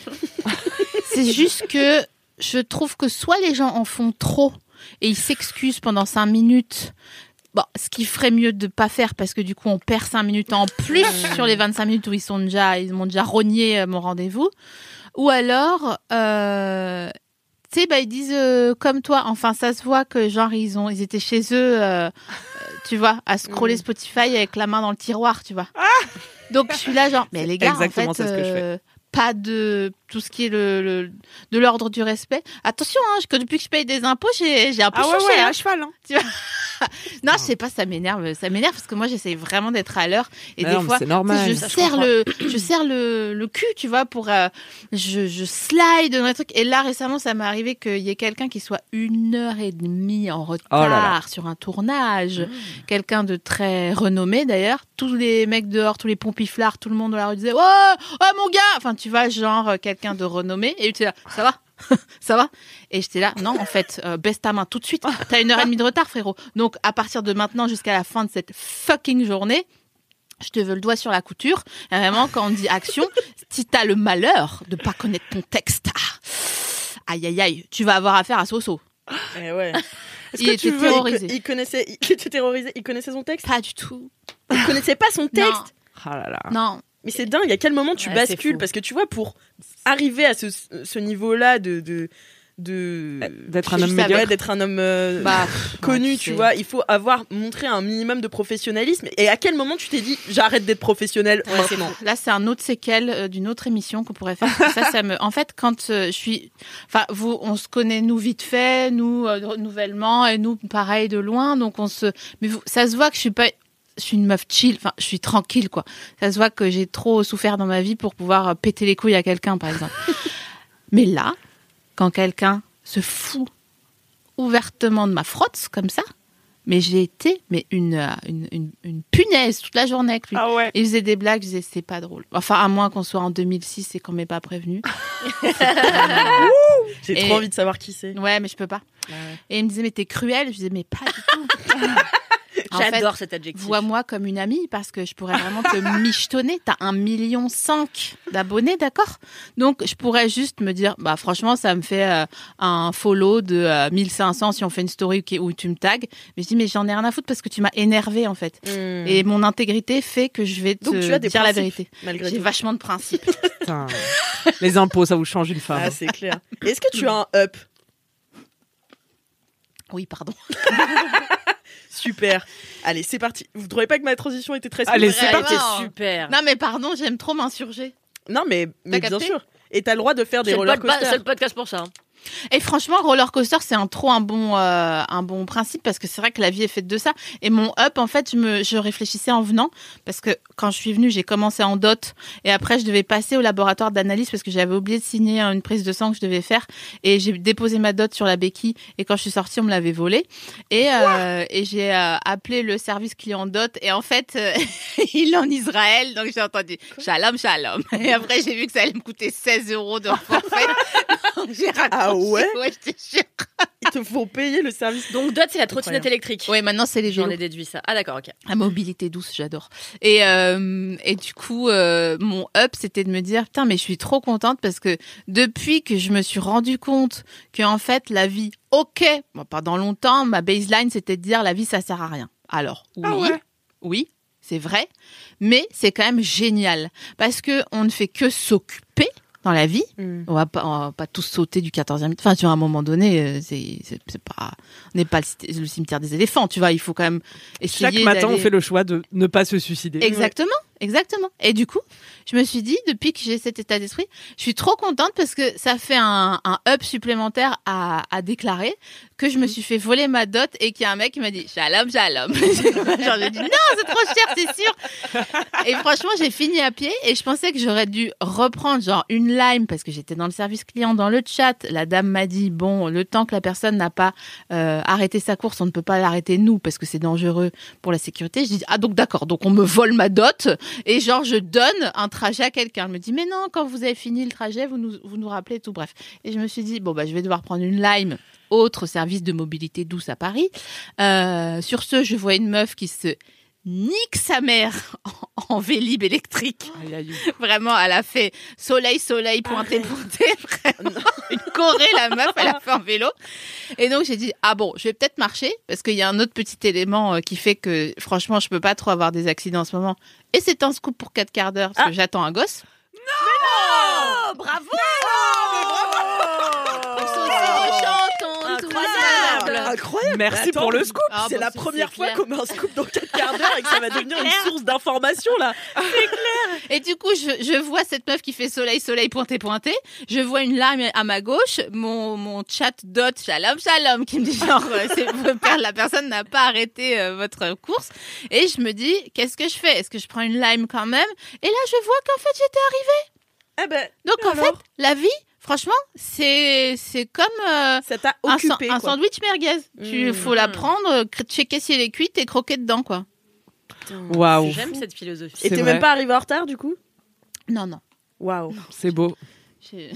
c'est juste que je trouve que soit les gens en font trop et ils s'excusent pendant cinq minutes. Bon, ce qu'il ferait mieux de pas faire parce que du coup on perd cinq minutes en plus sur les vingt-cinq minutes où ils sont déjà, ils m'ont déjà rogné euh, mon rendez-vous. Ou alors, euh, tu sais, bah ils disent euh, comme toi. Enfin, ça se voit que genre ils ont, ils étaient chez eux, euh, euh, tu vois, à scroller Mm. Spotify avec la main dans le tiroir, tu vois. Donc je suis là genre, mais les gars, exactement en fait, ça ce que je fais. euh, pas de tout ce qui est le, le de l'ordre du respect. Attention, hein, que depuis que je paye des impôts, j'ai j'ai un peu Ah ouais, changé. ouais, hein. à cheval. Hein. Non, je sais pas, ça m'énerve, ça m'énerve parce que moi j'essaye vraiment d'être à l'heure et Ah des non, mais fois c'est tu sais, normal. je Ça, je serre comprends. le je serre le, le cul, tu vois, pour euh, je, je slide dans les trucs. Et là récemment, ça m'est arrivé qu'il y ait quelqu'un qui soit une heure et demie en retard Oh là là. sur un tournage, quelqu'un de très renommé d'ailleurs. Tous les mecs dehors, tous les pompiflards, tout le monde dans la rue disait oh, oh mon gars, enfin tu vois, genre euh, quelqu'un de renommé. Et tu es là, ça va? Ça va? Et j'étais là, non, en fait, euh, baisse ta main tout de suite. T'as une heure et demie de retard, frérot. Donc, à partir de maintenant jusqu'à la fin de cette fucking journée, je te veux le doigt sur la couture. Et vraiment, quand on dit action, si t'as le malheur de pas connaître ton texte, ah, aïe, aïe, aïe, tu vas avoir affaire à Soso. Eh ouais. Est-ce Il que était tu veux terrorisé. Il, il connaissait, il était terrorisé. Il connaissait son texte. Pas du tout. Il connaissait pas son texte. Non, Ah là là. non. Mais c'est dingue. À quel moment tu Ouais, c'est bascules? fou. Parce que tu vois, pour arriver à ce, ce niveau-là de de de D'être un Je homme savais. médiocre. ouais, d'être un homme euh, Bah, connu, ouais, tu sais. vois, il faut avoir montré un minimum de professionnalisme. Et à quel moment tu t'es dit j'arrête d'être professionnel Ouais, c'est maintenant? fou. Là, c'est un autre séquelle euh, d'une autre émission qu'on pourrait faire. Parce que ça, ça me. En fait, quand euh, je suis, enfin, vous, on se connaît nous vite fait, nous euh, renouvellement et nous pareil de loin, donc on se. Mais vous, ça se voit que je suis pas. Je suis une meuf chill, enfin, je suis tranquille, quoi. Ça se voit que j'ai trop souffert dans ma vie pour pouvoir euh, péter les couilles à quelqu'un, par exemple. Mais là, quand quelqu'un se fout ouvertement de ma frotte, comme ça, mais j'ai été mais une, euh, une, une, une punaise toute la journée avec lui. Ah ouais. Il faisait des blagues, je disais c'est pas drôle. Enfin, à moins qu'on soit en deux mille six et qu'on m'ait pas prévenu. J'ai Et- trop envie de savoir qui c'est. Ouais, mais je peux pas. Et il me disait mais t'es cruel. Je disais mais pas du tout. En fait, J'adore cet adjectif. vois-moi comme une amie parce que je pourrais vraiment te michetonner. T'as un million cinq d'abonnés, d'accord? Donc je pourrais juste me dire, bah franchement ça me fait euh, un follow de euh, mille cinq cents si on fait une story qui- où tu me tags. Mais je dis mais j'en ai rien à foutre parce que tu m'as énervé en fait. Et mon intégrité fait que je vais te Donc tu as des dire la principes, vérité. malgré J'ai tout. vachement de principes. Putain. Les impôts, ça vous change une femme. Ah, c'est clair. Est-ce que tu as un up? Oui, pardon. Super. Allez, c'est parti. Vous trouvez pas que ma transition était très Allez, smooth? c'est parti. Vraiment. C'est super. Non mais pardon, j'aime trop m'insurger. Non, mais, mais bien capté sûr. Et t'as le droit de faire des C'est le, roller pod- c'est coasters. le podcast pour ça. hein. Et franchement, roller coaster, c'est un trop un bon euh, un bon principe parce que c'est vrai que la vie est faite de ça. Et mon up, en fait, je me je réfléchissais en venant parce que quand je suis venue, j'ai commencé en dot et après je devais passer au laboratoire d'analyse parce que j'avais oublié de signer une prise de sang que je devais faire et j'ai déposé ma dot sur la béquille et quand je suis sortie, on me l'avait volée et euh, et j'ai euh, appelé le service client dot et en fait euh, il est en Israël donc j'ai entendu shalom shalom et après j'ai vu que ça allait me coûter seize euros de forfait. Donc, j'ai raccroché. Ah ouais Ouais, je te jure. Ils te font payer le service. Donc Dot, c'est la trottinette Incroyable. électrique. Ouais, maintenant c'est les J'en vélos. ai déduit ça. Ah d'accord, ok. La mobilité douce, j'adore. Et, euh, et du coup, euh, mon up, c'était de me dire, putain, mais je suis trop contente parce que depuis que je me suis rendu compte que en fait, la vie, ok, bon, pendant longtemps, ma baseline, c'était de dire, la vie, ça sert à rien. Alors, oui, Ah ouais. oui, c'est vrai, mais c'est quand même génial parce que on ne fait que s'occuper dans la vie. Mm. On va pas, on va pas tous sauter du quatorzième. Enfin, tu vois, à un moment donné, euh, c'est, c'est, c'est pas, on n'est pas le, cité- le cimetière des éléphants, tu vois. Il faut quand même essayer Chaque matin, on d'aller- fait le choix de ne pas se suicider. Exactement, exactement. Et du coup, je me suis dit, depuis que j'ai cet état d'esprit, je suis trop contente parce que ça fait un, un up supplémentaire à, à déclarer que je me suis fait voler ma dot et qu'il y a un mec qui m'a dit shalom, shalom. Genre, j'ai dit non, c'est trop cher, c'est sûr. Et franchement, j'ai fini à pied et je pensais que j'aurais dû reprendre genre une lime parce que j'étais dans le service client, dans le chat. La dame m'a dit, bon, le temps que la personne n'a pas euh, arrêté sa course, on ne peut pas l'arrêter nous parce que c'est dangereux pour la sécurité. Je dis, ah donc d'accord, donc on me vole ma dot et genre je donne un trajet à quelqu'un. Elle me dit, mais non, quand vous avez fini le trajet, vous nous, vous nous rappelez tout, bref. Et je me suis dit, bon, bah je vais devoir prendre une lime, autre service de mobilité douce à Paris. Euh, sur ce, je vois une meuf qui se nique sa mère en, en vélib électrique. Aïe, aïe. Vraiment, elle a fait soleil, soleil, pointé, pointé. Vraiment, une choré, la meuf, elle a fait en vélo. Et donc, j'ai dit, ah bon, je vais peut-être marcher parce qu'il y a un autre petit élément euh, qui fait que, franchement, je peux pas trop avoir des accidents en ce moment. Et c'est un scoop pour quatre quarts d'heure parce que j'attends un gosse. Oh, bravo Ils sont aussi chantants, Incroyable. Incroyable. Merci Attends, pour le scoop. Ah, c'est bah, la c'est- première c'est fois clair. qu'on met un scoop dans quatre quarts d'heure et que ça va devenir une source d'information là. Et du coup, je, je vois cette meuf qui fait soleil, soleil, pointé, pointé. Je vois une lame à ma gauche. Mon, mon chat dot, shalom, shalom, qui me dit genre, euh, c'est, la personne n'a pas arrêté euh, votre course. Et je me dis, qu'est-ce que je fais? Est-ce que je prends une lime quand même? Et là, je vois qu'en fait, j'étais arrivée. Eh ben, Donc, Et en alors fait, la vie, franchement, c'est, c'est comme euh, ça t'a un, sa- occupé un quoi. sandwich merguez. Tu Mmh. faut la prendre, euh, checker si elle est cuite et croquer dedans, quoi. Waouh, J'aime cette philosophie. Et C'est t'es vrai. même pas arrivé en retard du coup? Non, non. Waouh. c'est beau. J'ai-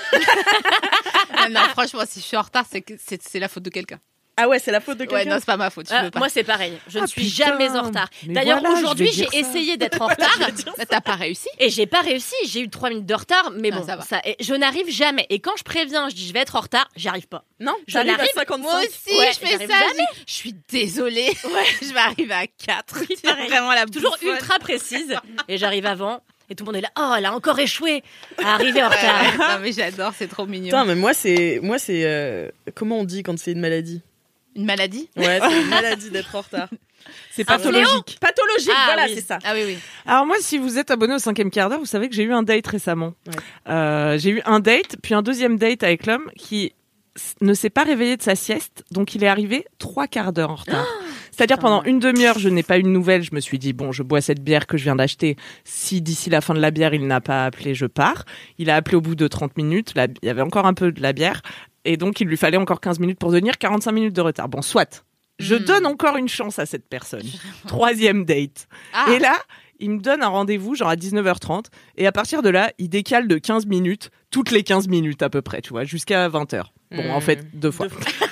Ah non, franchement, si je suis en retard, c'est, que- c'est, c'est la faute de quelqu'un. Ah ouais, c'est la faute de Ouais, quelqu'un. non, c'est pas ma faute. Je Ah, peux pas. moi, c'est pareil. Je ne Ah, suis putain. jamais en retard. Mais D'ailleurs, voilà, je aujourd'hui, vais j'ai dire ça. essayé d'être en retard Bah, t'as pas réussi. et j'ai pas réussi. J'ai eu trois minutes de retard, mais Ah, bon, ça va. ça, et je n'arrive jamais. Et quand je préviens, je dis je vais être en retard, j'y arrive pas. Non, Je j'arrive à n'arrive- cinquante-cinq. Moi aussi, Ouais, je fais j'arrive ça. jamais. Je, je suis désolée. je vais arriver à quatre. C'est pareil. vraiment la Toujours bouffonne. ultra précise. Et j'arrive avant. Et tout le monde est là. Oh, elle a encore échoué à arriver en Ouais, retard. ouais. Non, mais j'adore, c'est trop mignon. Putain, mais moi c'est moi c'est euh, comment on dit quand c'est une maladie? Une maladie? Ouais, c'est une maladie d'être en retard. C'est Un pathologique. Pathologique, Ah, voilà, oui. c'est ça. Ah oui, oui. Alors moi, si vous êtes abonné au cinquième quart d'heure, vous savez que j'ai eu un date récemment. Ouais. Euh, j'ai eu un date, puis un deuxième date avec l'homme qui s- ne s'est pas réveillé de sa sieste, donc il est arrivé trois quarts d'heure en retard. C'est-à-dire putain. pendant une demi-heure, je n'ai pas eu de nouvelles. Je me suis dit bon, je bois cette bière que je viens d'acheter. Si d'ici la fin de la bière, il n'a pas appelé, je pars. Il a appelé au bout de trente minutes. La- il y avait encore un peu de la bière, et donc il lui fallait encore quinze minutes pour venir. quarante-cinq minutes de retard. Bon, soit. Je Hmm. donne encore une chance à cette personne. Troisième date. Ah, Et là, il me donne un rendez-vous, genre à dix-neuf heures trente. Et à partir de là, il décale de quinze minutes, toutes les quinze minutes à peu près, tu vois, jusqu'à vingt heures. Bon, Mmh. en fait, deux fois.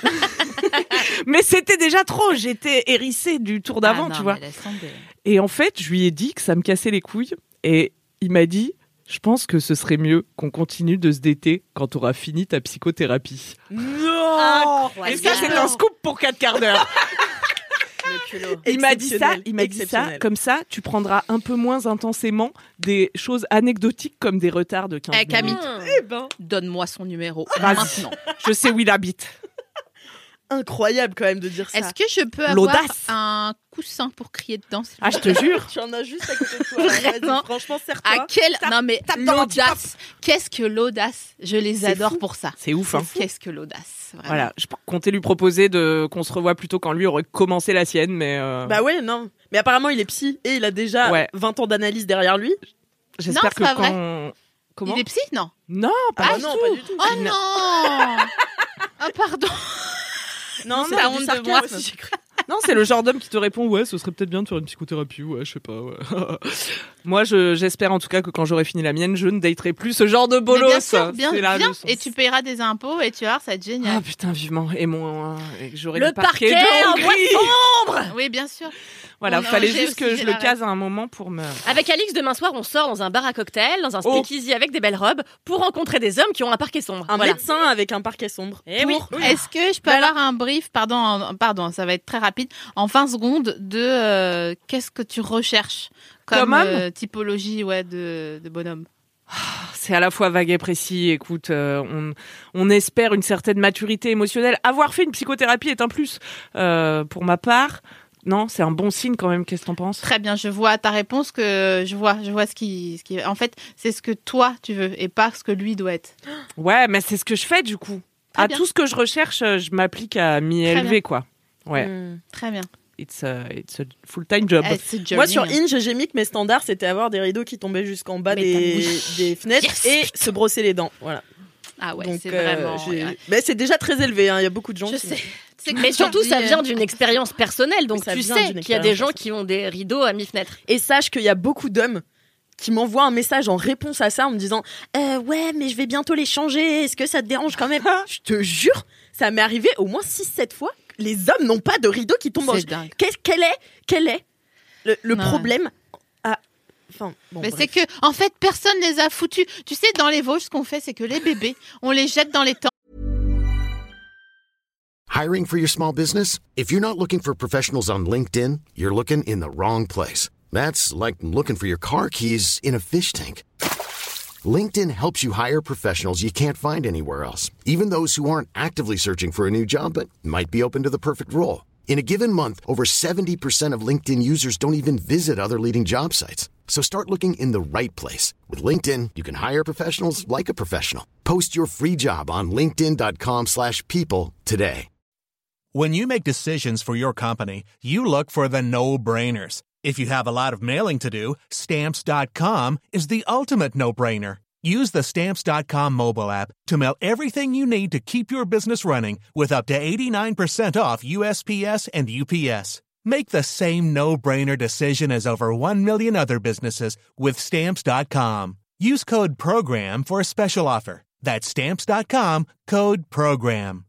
Mais c'était déjà trop. J'étais hérissée du tour d'avant, ah, non, tu vois. mais laisse tomber. Et en fait, je lui ai dit que ça me cassait les couilles. Et il m'a dit, je pense que ce serait mieux qu'on continue de se dater quand tu auras fini ta psychothérapie. Non. Et ça, c'est un scoop pour quatre quarts d'heure. Le culot. Il m'a dit ça, Exceptionnel, il m'a dit ça, exceptionnel. comme ça, tu prendras un peu moins intensément des choses anecdotiques comme des retards de quinze Eh, Camille. minutes. Mmh. Eh ben, Donne-moi son numéro Vas-y. maintenant. Je sais où il habite. incroyable quand même de dire ça. Est-ce que je peux avoir L'audace. un coussin pour crier dedans s'il vous Ah, je te jure. Tu en as juste à côté de toi. Vas-y, Vraiment. franchement, À serre-toi. quel non mais tape dans l'audace. Qu'est-ce que l'audace? Je les C'est adore fou. pour ça. C'est ouf, hein. Qu'est-ce que l'audace? Vraiment. Voilà, je comptais lui proposer de qu'on se revoie plutôt quand lui aurait commencé la sienne, mais euh, Bah ouais, non. Mais apparemment, il est psy et il a déjà Ouais. vingt ans d'analyse derrière lui. j'espère Non, que c'est pas quand comment Il est psy? Non. Non, pas Ah du non, tout. pas du tout. Oh non. Ah pardon. Non, t'as c'est honte du de sarcasme moi. aussi, j'ai cru. Non, c'est le genre d'homme qui te répond ouais, ce serait peut-être bien de faire une psychothérapie, ouais, je sais pas. Ouais. Moi, je, j'espère en tout cas que quand j'aurai fini la mienne, je ne daterai plus ce genre de Mais bolos. bien sûr, bien, C'est la bien. leçon. Et tu payeras des impôts et tu vas voir, ça va être génial. Ah putain, vivement. Et mon, euh, et que j'aurai Le du parquet, parquet en donc, bois oui. sombre. Oui, bien sûr. Voilà, On- fallait j'ai juste que aussi je fait le la case à un moment pour me. Avec Alix, demain soir, on sort dans un bar à cocktail, dans un Oh. speakeasy avec des belles robes, pour rencontrer des hommes qui ont un parquet sombre. Un Voilà. médecin avec un parquet sombre. Eh oui. Pour- Est-ce que je peux Voilà. avoir un brief, pardon, en- pardon, ça va être très rapide, en vingt secondes de euh, qu'est-ce que tu recherches comme, Comme homme euh, typologie ouais, de, de bonhomme? C'est à la fois vague et précis. Écoute, euh, on, on espère une certaine maturité émotionnelle. Avoir fait une psychothérapie est un plus. Euh, pour ma part, non, c'est un bon signe quand même. Qu'est-ce que t'en penses? Très bien, je vois ta réponse que je vois, je vois ce qui, ce qui, en fait, c'est ce que toi tu veux et pas ce que lui doit être. Ouais, mais c'est ce que je fais du coup. Très à bien. tout ce que je recherche, euh, je m'applique à m'y Très élever, quoi. Ouais, Mm. Très bien. it's a, it's a full-time job. Eh, c'est Moi, journey, sur hein. Inge, j'ai mis que mes standards, c'était avoir des rideaux qui tombaient jusqu'en bas Mais des, t'as- des fenêtres Yes, et se brosser les dents. Voilà. Ah ouais, Donc, c'est euh, vraiment. j'ai- ouais. Mais c'est déjà très élevé. hein. Il y a beaucoup de gens Je qui. sais. C'est Mais surtout, ça dit, vient euh, d'une expérience personnelle. Donc, Oui, ça tu vient sais d'une qu'il y a des expérience gens qui ont des rideaux à mi-fenêtre. Et sache qu'il y a beaucoup d'hommes qui m'envoient un message en réponse à ça en me disant euh, ouais, mais je vais bientôt les changer. Est-ce que ça te dérange quand même? Je te jure, ça m'est arrivé au moins six sept fois. Les hommes n'ont pas de rideaux qui tombent. en- C'est dingue. Qu'est- Quel est, quel est le, le Ouais. problème à... Enfin, bon, Mais bref. c'est que, en fait, personne les a foutus. Tu sais, dans les Vosges, ce qu'on fait, c'est que les bébés, on les jette dans les temps. Hiring for your small business? If you're not looking for professionals on LinkedIn, you're looking in the wrong place. That's like looking for your car keys in a fish tank. LinkedIn helps you hire professionals you can't find anywhere else, even those who aren't actively searching for a new job but might be open to the perfect role. In a given month, over seventy percent of LinkedIn users don't even visit other leading job sites. So start looking in the right place. With LinkedIn, you can hire professionals like a professional. Post your free job on linkedin dot com slash people today. When you make decisions for your company, you look for the no-brainers. If you have a lot of mailing to do, Stamps dot com is the ultimate no-brainer. Use the Stamps dot com mobile app to mail everything you need to keep your business running with up to eighty-nine percent off U S P S and U P S. Make the same no-brainer decision as over one million other businesses with Stamps dot com. Use code PROGRAM for a special offer. That's Stamps dot com, code PROGRAM.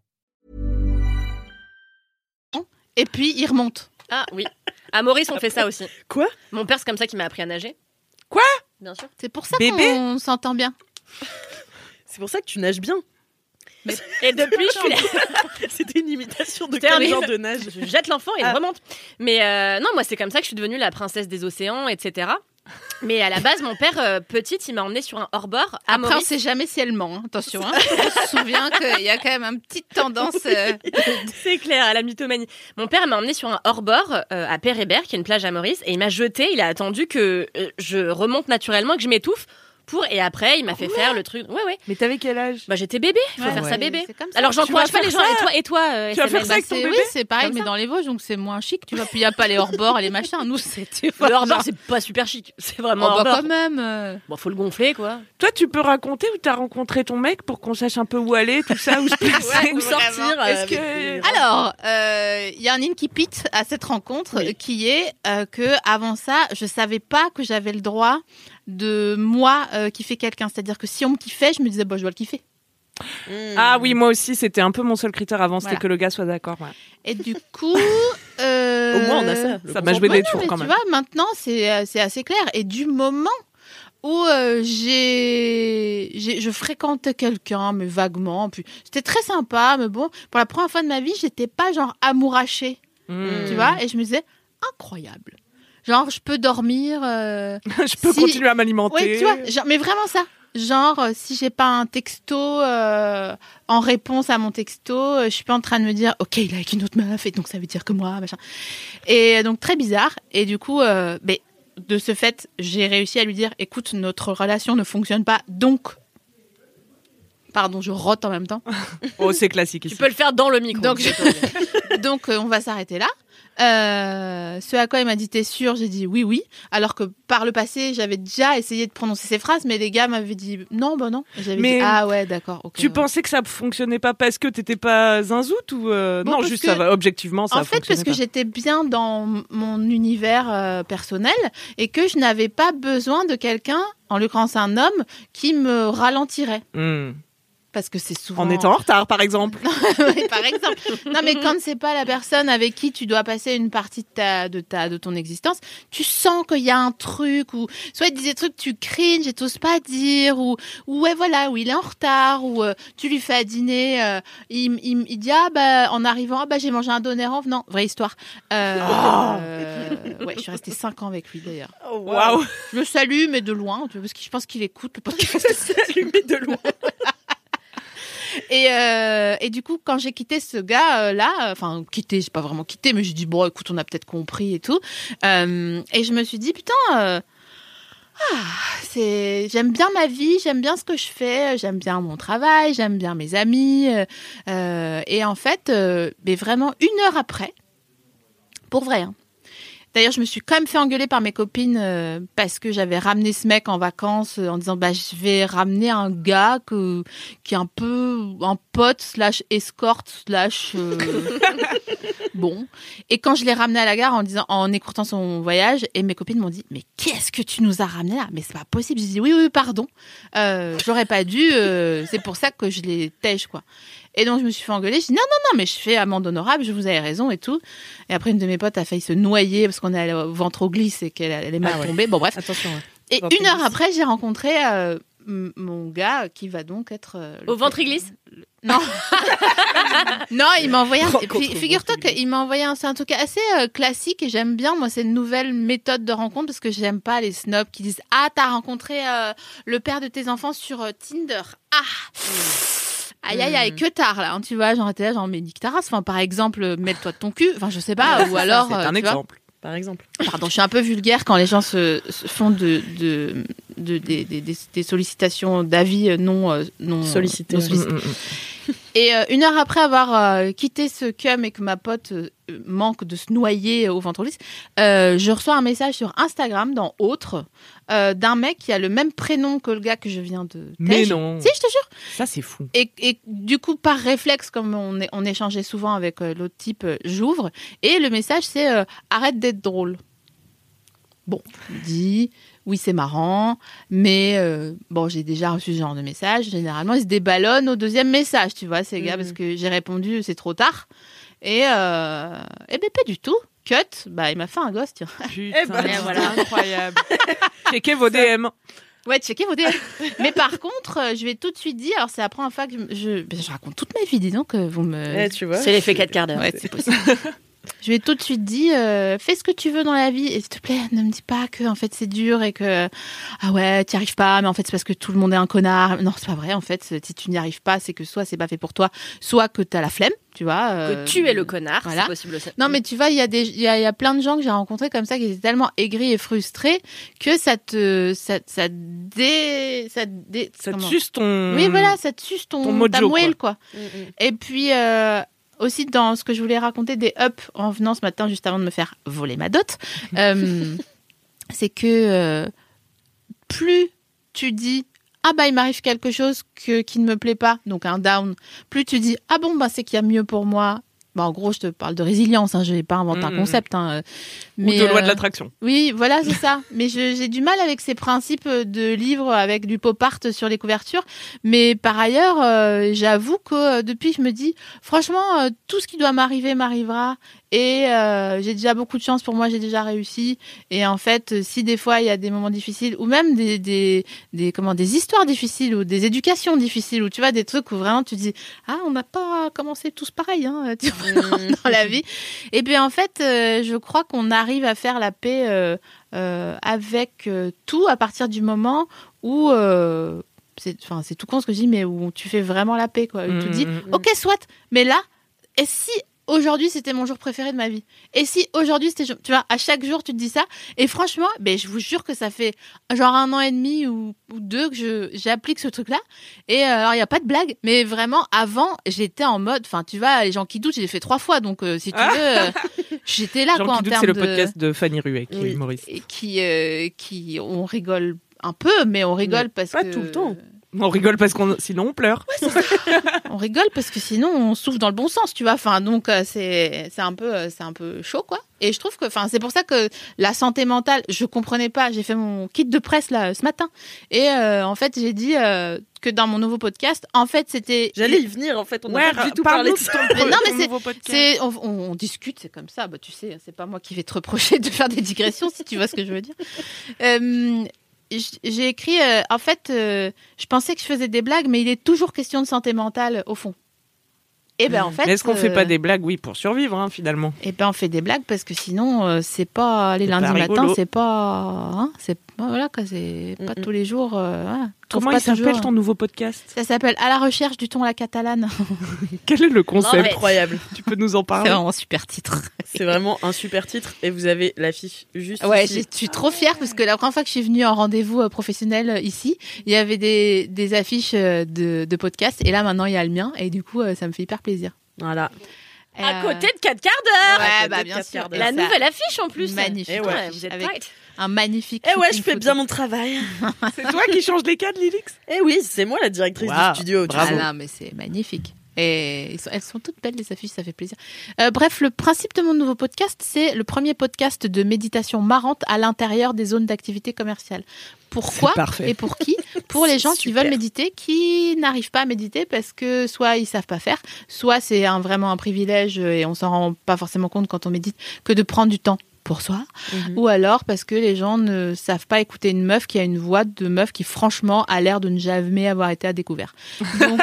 Et puis, ils remontent. Ah oui. À Maurice, on fait ça aussi. Quoi? Mon père, c'est comme ça qu'il m'a appris à nager. Quoi? Bien sûr. C'est pour ça Bébé qu'on s'entend bien. C'est pour ça que tu nages bien. Et depuis, je suis là. C'était une imitation de C'était quel un- genre de nage? Je jette l'enfant et il Ah. remonte. Mais euh, non, moi, c'est comme ça que je suis devenue la princesse des océans, et cetera. Mais à la base, mon père, euh, petite, il m'a emmenée sur un hors-bord à Après, on ne Maurice. sait jamais si elle ment. hein. Attention. Hein. On se souvient qu'il y a quand même une petite tendance. euh, C'est clair, à la mythomanie. Mon père m'a emmenée sur un hors-bord euh, à Père-Hébert, qui est une plage à Maurice, et il m'a jeté. Il a attendu que euh, je remonte naturellement, que je m'étouffe. Pour, et après, il m'a fait faire le truc. Ouais, ouais. Mais t'avais quel âge? Bah, j'étais bébé. Il faut Ouais, faire ouais. ça bébé. C'est comme ça. Alors, j'encourage Tu vas pas les gens. faire Et ça toi, et toi euh, Tu vas S M L? faire ça avec ton C'est- bébé? oui, c'est pareil, Comme mais ça. dans les Vosges, donc c'est moins chic. Tu vois, puis il n'y a pas les hors-bords et les machins. Nous, c'est. Tu vois, Le hors-bord, genre- c'est pas super chic. C'est Oh, vraiment un bah, hors-bord. quand même. euh. Bon, faut le gonfler, quoi. Toi, tu peux raconter où t'as rencontré ton mec pour qu'on sache un peu où aller, tout ça, où se placer, Où sortir euh, Est-ce avec que- les- Alors, euh, il y a un incipit à cette rencontre Oui. qui est euh, que avant ça, je savais pas que j'avais le droit de moi euh, kiffer quelqu'un. C'est-à-dire que si on me kiffait, je me disais, bah, je dois le kiffer. Mm. Ah oui, moi aussi, c'était un peu mon seul critère avant, c'était Voilà. que le gars soit d'accord. Ouais. Et du coup, euh, Au moins, on a ça. le Ça m'a joué consentement. des non, tours mais quand tu même. vois, maintenant, c'est euh, c'est assez clair. Et du moment où euh, j'ai, j'ai, je fréquentais quelqu'un, mais vaguement, puis c'était très sympa, mais bon, pour la première fois de ma vie, j'étais pas genre amourachée, Mmh. tu vois, et je me disais, incroyable. Genre, je peux dormir. euh, Je peux Si- continuer à m'alimenter. Oui, tu vois, genre, mais vraiment ça. Genre, euh, si j'ai pas un texto euh, en réponse à mon texto, euh, je suis pas en train de me dire, ok, il est avec une autre meuf, et donc ça veut dire que moi, machin. Et donc, très bizarre. Et du coup, euh, mais, de ce fait, j'ai réussi à lui dire, écoute, notre relation ne fonctionne pas, donc... Pardon, je rote en même temps. Oh, c'est classique ici. Tu peux le faire dans le micro. Donc, je- donc euh, on va s'arrêter là. Euh, ce à quoi il m'a dit t'es sûr, j'ai dit oui oui, alors que par le passé j'avais déjà essayé de prononcer ces phrases, mais les gars m'avaient dit non bah non, et j'avais Mais dit ah ouais d'accord. Okay, tu ouais. pensais que ça fonctionnait pas parce que t'étais pas zinzoute ou euh... Bon, non parce juste que- ça va objectivement ça En fait, parce que pas. j'étais bien dans m- mon univers euh, personnel et que je n'avais pas besoin de quelqu'un, en l'occurrence un homme, qui me ralentirait. Hmm. Parce que c'est souvent... En étant en retard par exemple. Oui, par exemple. Non, mais quand c'est pas la personne avec qui tu dois passer une partie de ta, de ta, de ton existence, tu sens qu'il y a un truc ou soit il dit des trucs que tu cringes et t'oses pas dire ou, ou ouais, voilà, ou il est en retard ou euh, tu lui fais à dîner, euh, il, il, il dit ah bah en arrivant, ah bah j'ai mangé un doner en venant. Vraie histoire. Euh, euh, ouais, je suis restée cinq ans avec lui d'ailleurs. Waouh. Je le salue, mais de loin, tu vois, parce que je pense qu'il écoute le podcast. Allumé de loin. Et, euh, et du coup, quand j'ai quitté ce gars-là, enfin, quitté, j'ai pas vraiment quitté, mais j'ai dit, bon, écoute, on a peut-être compris et tout. Euh, et je me suis dit, putain, euh, ah, c'est, j'aime bien ma vie, j'aime bien ce que je fais, j'aime bien mon travail, j'aime bien mes amis. Euh, et en fait, euh, mais vraiment, une heure après, pour vrai, hein, d'ailleurs, je me suis quand même fait engueuler par mes copines euh, parce que j'avais ramené ce mec en vacances euh, en disant bah je vais ramener un gars que, qui est un peu un pote slash escorte slash euh, bon. Et quand je l'ai ramené à la gare en disant en écourtant son voyage, et mes copines m'ont dit mais qu'est-ce que tu nous as ramené là? Mais c'est pas possible. J'ai dit oui oui pardon. Euh, j'aurais pas dû. Euh, c'est pour ça que je les tèche quoi. Et donc, je me suis fait engueuler. Je dis non, non, non, mais je fais amende honorable, je vous avais raison et tout. Et après, une de mes potes a failli se noyer parce qu'on est allé au ventre au glisse et qu'elle elle est mal Ah ouais. tombée. Bon, bref. Attention. ouais. Et ventre une heure glisse. après, j'ai rencontré euh, m- mon gars qui va donc être. euh, le- Au ventriglisse. Non. Non, il m'a envoyé un. Rencontre Puis, au figure-toi ventriglisse. qu'il m'a envoyé un. C'est un truc assez euh, classique et j'aime bien, moi, cette nouvelle méthode de rencontre parce que j'aime pas les snobs qui disent ah, t'as rencontré euh, le père de tes enfants sur euh, Tinder. Ah! Aïe aïe aïe, que tard là, hein, tu vois, genre t'es là, genre mais nique ta race. Enfin, par exemple, mets-toi de ton cul, enfin je sais pas, ou alors. C'est euh, un tu vois. exemple. Par exemple. Pardon, je suis un peu vulgaire quand les gens se, se font de, de, de, des- des- des- des sollicitations d'avis non, euh, non Sollicité, non ouais. sollicités. Mm, mm, mm. Et euh, une heure après avoir euh, quitté ce cum et que ma pote euh, manque de se noyer au ventre glisse, euh, je reçois un message sur Instagram dans Autre euh, d'un mec qui a le même prénom que le gars que je viens de Mais tèche. non. Si, je te jure. Ça c'est fou. Et, et du coup, par réflexe, comme on, est- on échangeait souvent avec euh, l'autre type, euh, j'ouvre. Et le message, c'est euh, arrête d'être drôle. Bon, je me dis, oui, c'est marrant, mais euh, bon, j'ai déjà reçu ce genre de message. Généralement, ils se déballonnent au deuxième message, tu vois, ces gars, Mhm. parce que j'ai répondu, c'est trop tard. Et, euh, eh ben, pas du tout. Cut, bah, il m'a fait un gosse, tiens. Putain, Eh ben, c'est voilà. incroyable. Checkez vos D M. Ouais, checkez vos D M. Mais par contre, euh, je vais tout de suite dire, alors c'est la première fois que je, je, ben, je raconte toute ma vie, dis donc, que vous me... Eh, tu vois. C'est l'effet quatre quarts d'heure. Ouais, c'est possible. Je lui ai tout de suite dit, euh, fais ce que tu veux dans la vie et s'il te plaît, ne me dis pas que en fait c'est dur et que ah ouais, t'y arrives pas, mais en fait c'est parce que tout le monde est un connard. Non, c'est pas vrai. En fait, si tu n'y arrives pas, c'est que soit c'est pas fait pour toi, soit que t'as la flemme, tu vois. euh, Que tu es le connard, voilà. c'est possible aussi. Non, mais tu vois, il y a des, il y a, il y a plein de gens que j'ai rencontrés comme ça qui étaient tellement aigris et frustrés que ça te, ça, ça dé, ça dé, Ça te comment suce ton. Oui, voilà, ça te suce ton, ton mojo, ta quoi. moelle, quoi. Mm, mm. Et puis, euh, aussi dans ce que je voulais raconter des ups en venant ce matin, juste avant de me faire voler ma dot, euh, c'est que euh, plus tu dis ah bah il m'arrive quelque chose que, qui ne me plaît pas, donc un down, plus tu dis ah bon bah c'est qu'il y a mieux pour moi. Bah, en gros, je te parle de résilience, hein, je n'ai pas inventé Mmh, un concept. Hein, Ou mais, de loi euh, de l'attraction. oui, voilà, c'est ça. Mais je- j'ai du mal avec ces principes de livres avec du pop art sur les couvertures. Mais par ailleurs, euh, j'avoue que euh, depuis, je me dis, franchement, euh, tout ce qui doit m'arriver m'arrivera. Et euh, j'ai déjà beaucoup de chance pour moi, j'ai déjà réussi. Et en fait, euh, si des fois il y a des moments difficiles, ou même des, des, des, comment, des histoires difficiles, ou des éducations difficiles, ou tu vois, des trucs où vraiment tu dis, ah, on n'a pas commencé tous pareil, hein, tu vois, dans, dans la vie. Et puis en fait, euh, je crois qu'on arrive à faire la paix euh, euh, avec euh, tout à partir du moment où... Euh, c'est, enfin, c'est tout con ce que je dis, mais où tu fais vraiment la paix, quoi. Où tu Mmh, dis, mmh, ok, soit, mais là, et si aujourd'hui c'était mon jour préféré de ma vie. Et si aujourd'hui c'était, tu vois, à chaque jour tu te dis ça. Et franchement, ben je vous jure que ça fait genre un an et demi ou, ou deux que je j'applique ce truc-là. Et euh, alors il y a pas de blague, mais vraiment avant j'étais en mode, enfin tu vois, les gens qui doutent, je l'ai fait trois fois, donc euh, si tu veux, euh, j'étais là Jean quoi qui en doute, termes c'est le de podcast de Fanny Ruet, qui Oui. est humoriste. et qui euh, qui on rigole un peu, mais on rigole Mais parce pas que tout le temps. On rigole parce qu'on sinon on pleure. on rigole parce que sinon on souffle dans le bon sens, tu vois. Enfin donc euh, c'est c'est un peu euh, c'est un peu chaud quoi. Et je trouve que enfin c'est pour ça que la santé mentale, je comprenais pas. J'ai fait mon kit de presse là ce matin et euh, en fait j'ai dit euh, que dans mon nouveau podcast, en fait c'était J'allais y venir en fait, on n'a Ouais, pas du tout parle-nous parlé de de ça. ton Mais non, mais ton c'est- nouveau podcast. c'est on, on- on discute, c'est comme ça. Bah tu sais, c'est pas moi qui vais te reprocher de faire des digressions si tu vois ce que je veux dire. Euh, j- j'ai écrit euh, en fait euh, je pensais que je faisais des blagues, mais il est toujours question de santé mentale au fond. Et ben en fait Mais est-ce qu'on fait euh, pas des blagues, oui, pour survivre, hein, finalement. Eh ben on fait des blagues parce que sinon euh, c'est pas les C'est lundis pas matins, rigolo. c'est pas hein, c'est voilà quoi, c'est pas Mm-mm. tous les jours. Euh, voilà. Trouve Comment pas il s'appelle toujours- ton nouveau podcast? Ça s'appelle À la recherche du ton à la catalane. Quel est le concept? Non, mais- Incroyable. Tu peux nous en C'est parler? vraiment un super titre. C'est vraiment un super titre et vous avez l'affiche juste Ouais, ici. j'ai- je suis trop fière parce que la première fois que je suis venue en rendez-vous euh, professionnel euh, ici, il y avait des, des affiches euh, de, de podcasts et là maintenant il y a le mien et du coup euh, ça me fait hyper plaisir. Voilà. À Euh, côté de quatre quarts d'heure. Ouais, à côté bah de bien quatre sûr. quarts Et La ça- nouvelle affiche en plus. Magnifique. Eh Ouais, ouais. vous êtes Avec- prête. un magnifique. Eh ouais, shooting je fais photo. bien mon travail. C'est toi qui changes les cadres, Lilix? Eh oui, c'est moi la directrice Waouh, du studio. tu Ah sais. non, mais c'est magnifique. Et ils sont- elles sont toutes belles, les affiches, ça fait plaisir. Euh, bref, le principe de mon nouveau podcast, c'est le premier podcast de méditation marrante à l'intérieur des zones d'activité commerciale. Pourquoi C'est parfait. et pour qui? Pour les C'est gens qui super. veulent méditer, qui n'arrivent pas à méditer parce que soit ils savent pas faire, soit c'est un, vraiment un privilège et on s'en rend pas forcément compte quand on médite que de prendre du temps pour soi, Mhm. ou alors parce que les gens ne savent pas écouter une meuf qui a une voix de meuf qui franchement a l'air de ne jamais avoir été à découvert. Donc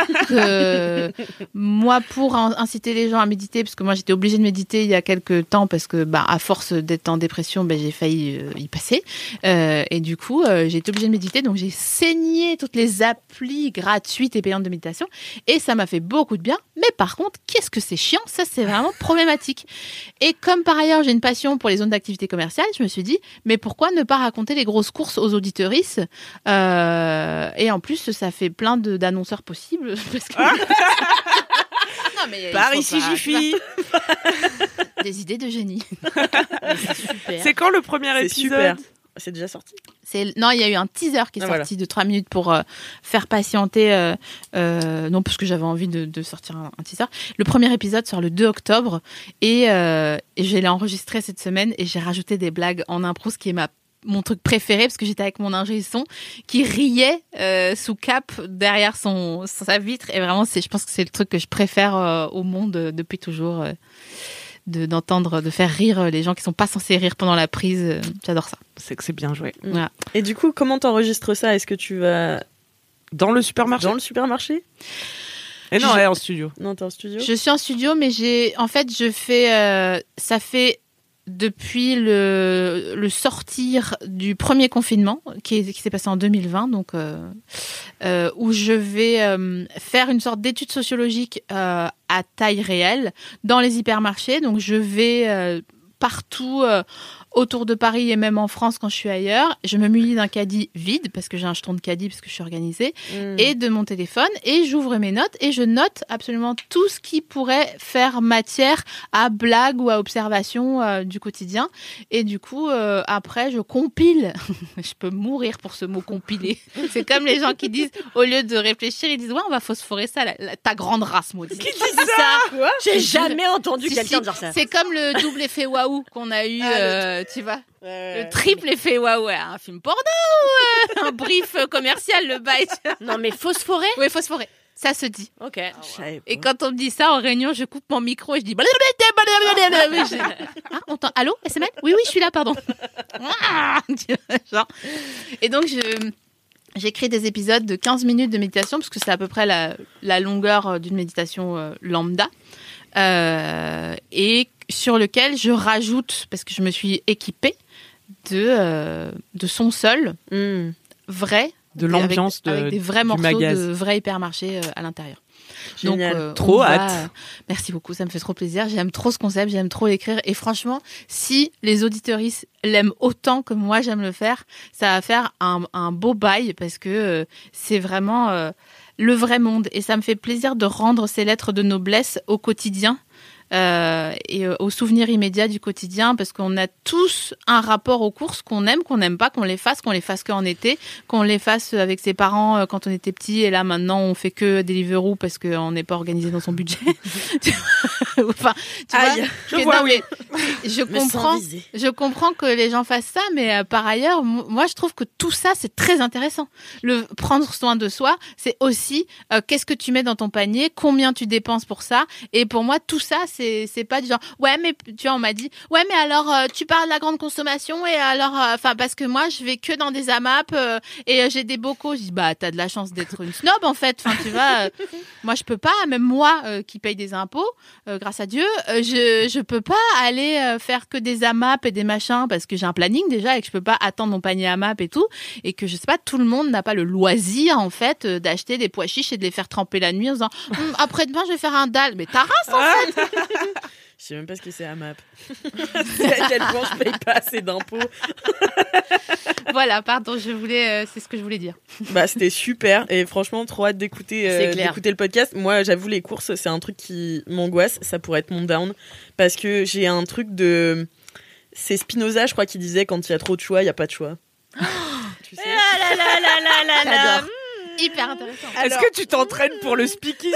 euh, moi pour in- inciter les gens à méditer, parce que moi j'étais obligée de méditer il y a quelques temps parce que bah à force d'être en dépression, bah, j'ai failli euh, y passer. Euh, et du coup euh, j'ai été obligée de méditer, donc j'ai saigné toutes les applis gratuites et payantes de méditation et ça m'a fait beaucoup de bien. Mais par contre, qu'est-ce que c'est chiant, ça c'est vraiment problématique. Et comme par ailleurs j'ai une passion pour les zones d'activité commerciale, je me suis dit, mais pourquoi ne pas raconter les grosses courses aux auditorices euh, et en plus, ça fait plein de- d'annonceurs possibles. Parce que... non, mais il Par faut ici, pas- Jiffy. Des idées de génie. C'est super. C'est quand le premier C'est épisode? super. C'est déjà sorti. C'est non, il y a eu un teaser qui est Ah, sorti de trois minutes pour euh, faire patienter. Euh, euh, non, parce que j'avais envie de, de sortir un, un teaser. Le premier épisode sort le deux octobre et, euh, et je l'ai enregistré cette semaine et j'ai rajouté des blagues en impro, ce qui est ma mon truc préféré parce que j'étais avec mon ingé son qui riait euh, sous cap derrière son sa vitre et vraiment c'est je pense que c'est le truc que je préfère euh, au monde euh, depuis toujours. Euh, de d'entendre de faire rire les gens qui sont pas censés rire pendant la prise, euh, j'adore ça. C'est que c'est bien joué. Voilà. Et du coup, comment t'enregistres ça? Est-ce que tu vas Dans le supermarché? dans le supermarché? Et non, Je- elle est en studio. Non, t'es en studio. Je suis en studio, mais j'ai, en fait, je fais, euh, ça fait depuis le, le sortir du premier confinement, qui, est- qui s'est passé en deux mille vingt, donc euh, euh, où je vais euh, faire une sorte d'étude sociologique euh, à taille réelle dans les hypermarchés. Donc je vais euh, partout euh, autour de Paris et même en France quand je suis ailleurs. Je me munis d'un caddie vide parce que j'ai un jeton de caddie parce que je suis organisée Mm. et de mon téléphone et j'ouvre mes notes et je note absolument tout ce qui pourrait faire matière à blague ou à observation euh, du quotidien et du coup euh, après je compile. Je peux mourir pour ce mot compiler. C'est comme les gens qui disent au lieu de réfléchir ils disent ouais on va phosphorer ça la- la- ta grande race maudite. Qui dit ça? Quoi? J'ai jamais entendu Si, quelqu'un si, dire ça. c'est comme le double effet waouh qu'on a eu Ah, le euh, tu vois. Ouais. Le triple effet waouh, ouais, un film porno ou euh, un brief euh, commercial, le bail. Non mais phosphorer. Oui, phosphorer. Ça se dit. Ok. Je savais Et pas. quand on me dit ça en réunion, je coupe mon micro et je dis. Je- Hein, on t'en- Allô, S M L? Oui, oui, je suis là, pardon. Genre. Et donc, je. J'écris des épisodes de quinze minutes de méditation, parce que c'est à peu près la, la longueur euh, d'une méditation euh, lambda. Euh, et sur lequel je rajoute, parce que je me suis équipée de, euh, de sons seuls, Mm. vrais, De l'ambiance avec, de, avec des vrais du morceaux magaz. de vrais hypermarchés euh, à l'intérieur. Génial. Donc, euh, Trop on va- hâte. Merci beaucoup, ça me fait trop plaisir. J'aime trop ce concept, j'aime trop l'écrire. Et franchement, si les auditeuristes l'aiment autant que moi j'aime le faire, ça va faire un, un beau bail parce que euh, c'est vraiment euh, le vrai monde. Et ça me fait plaisir de rendre ces lettres de noblesse au quotidien. Euh, et euh, aux souvenirs immédiats du quotidien, parce qu'on a tous un rapport aux courses qu'on aime, qu'on n'aime pas, qu'on les fasse, qu'on les fasse qu'en été, qu'on les fasse avec ses parents euh, quand on était petit, et là maintenant on fait que Deliveroo parce qu'on n'est pas organisé dans son budget. Enfin, tu Aïe, vois, je que- vois, non, oui. mais je Mais sans comprends, viser. je comprends que les gens fassent ça, mais euh, par ailleurs, m- moi je trouve que tout ça c'est très intéressant. Le prendre soin de soi, c'est aussi euh, qu'est-ce que tu mets dans ton panier, combien tu dépenses pour ça, et pour moi tout ça c'est c'est pas du genre ouais mais tu vois on m'a dit ouais mais alors euh, tu parles de la grande consommation et alors enfin parce que moi je vais que dans des AMAP euh, et euh, j'ai des bocaux. Je dis bah t'as de la chance d'être une snob en fait. Enfin tu vois, euh, moi je peux pas, même moi euh, qui paye des impôts euh, grâce à Dieu, euh, je je peux pas aller euh, faire que des AMAP et des machins parce que j'ai un planning déjà et que je peux pas attendre mon panier AMAP et tout, et que je sais pas, tout le monde n'a pas le loisir en fait euh, d'acheter des pois chiches et de les faire tremper la nuit en disant Hum, après-demain je vais faire un dalle. Mais ta race en fait. Je sais même pas ce que c'est AMAP. C'est à quel point je paye pas assez d'impôts. Voilà, pardon, je voulais, euh, c'est ce que je voulais dire. Bah, c'était super et franchement, trop hâte d'écouter, euh, C'est clair. d'écouter le podcast. Moi, j'avoue, les courses, c'est un truc qui m'angoisse. Ça pourrait être mon down parce que j'ai un truc de. C'est Spinoza, je crois, qui disait quand il y a trop de choix, il y a pas de choix. Tu sais. Ah là là là là là là. J'adore. Hyper intéressant. Est-ce que tu t'entraînes pour le speakeasy?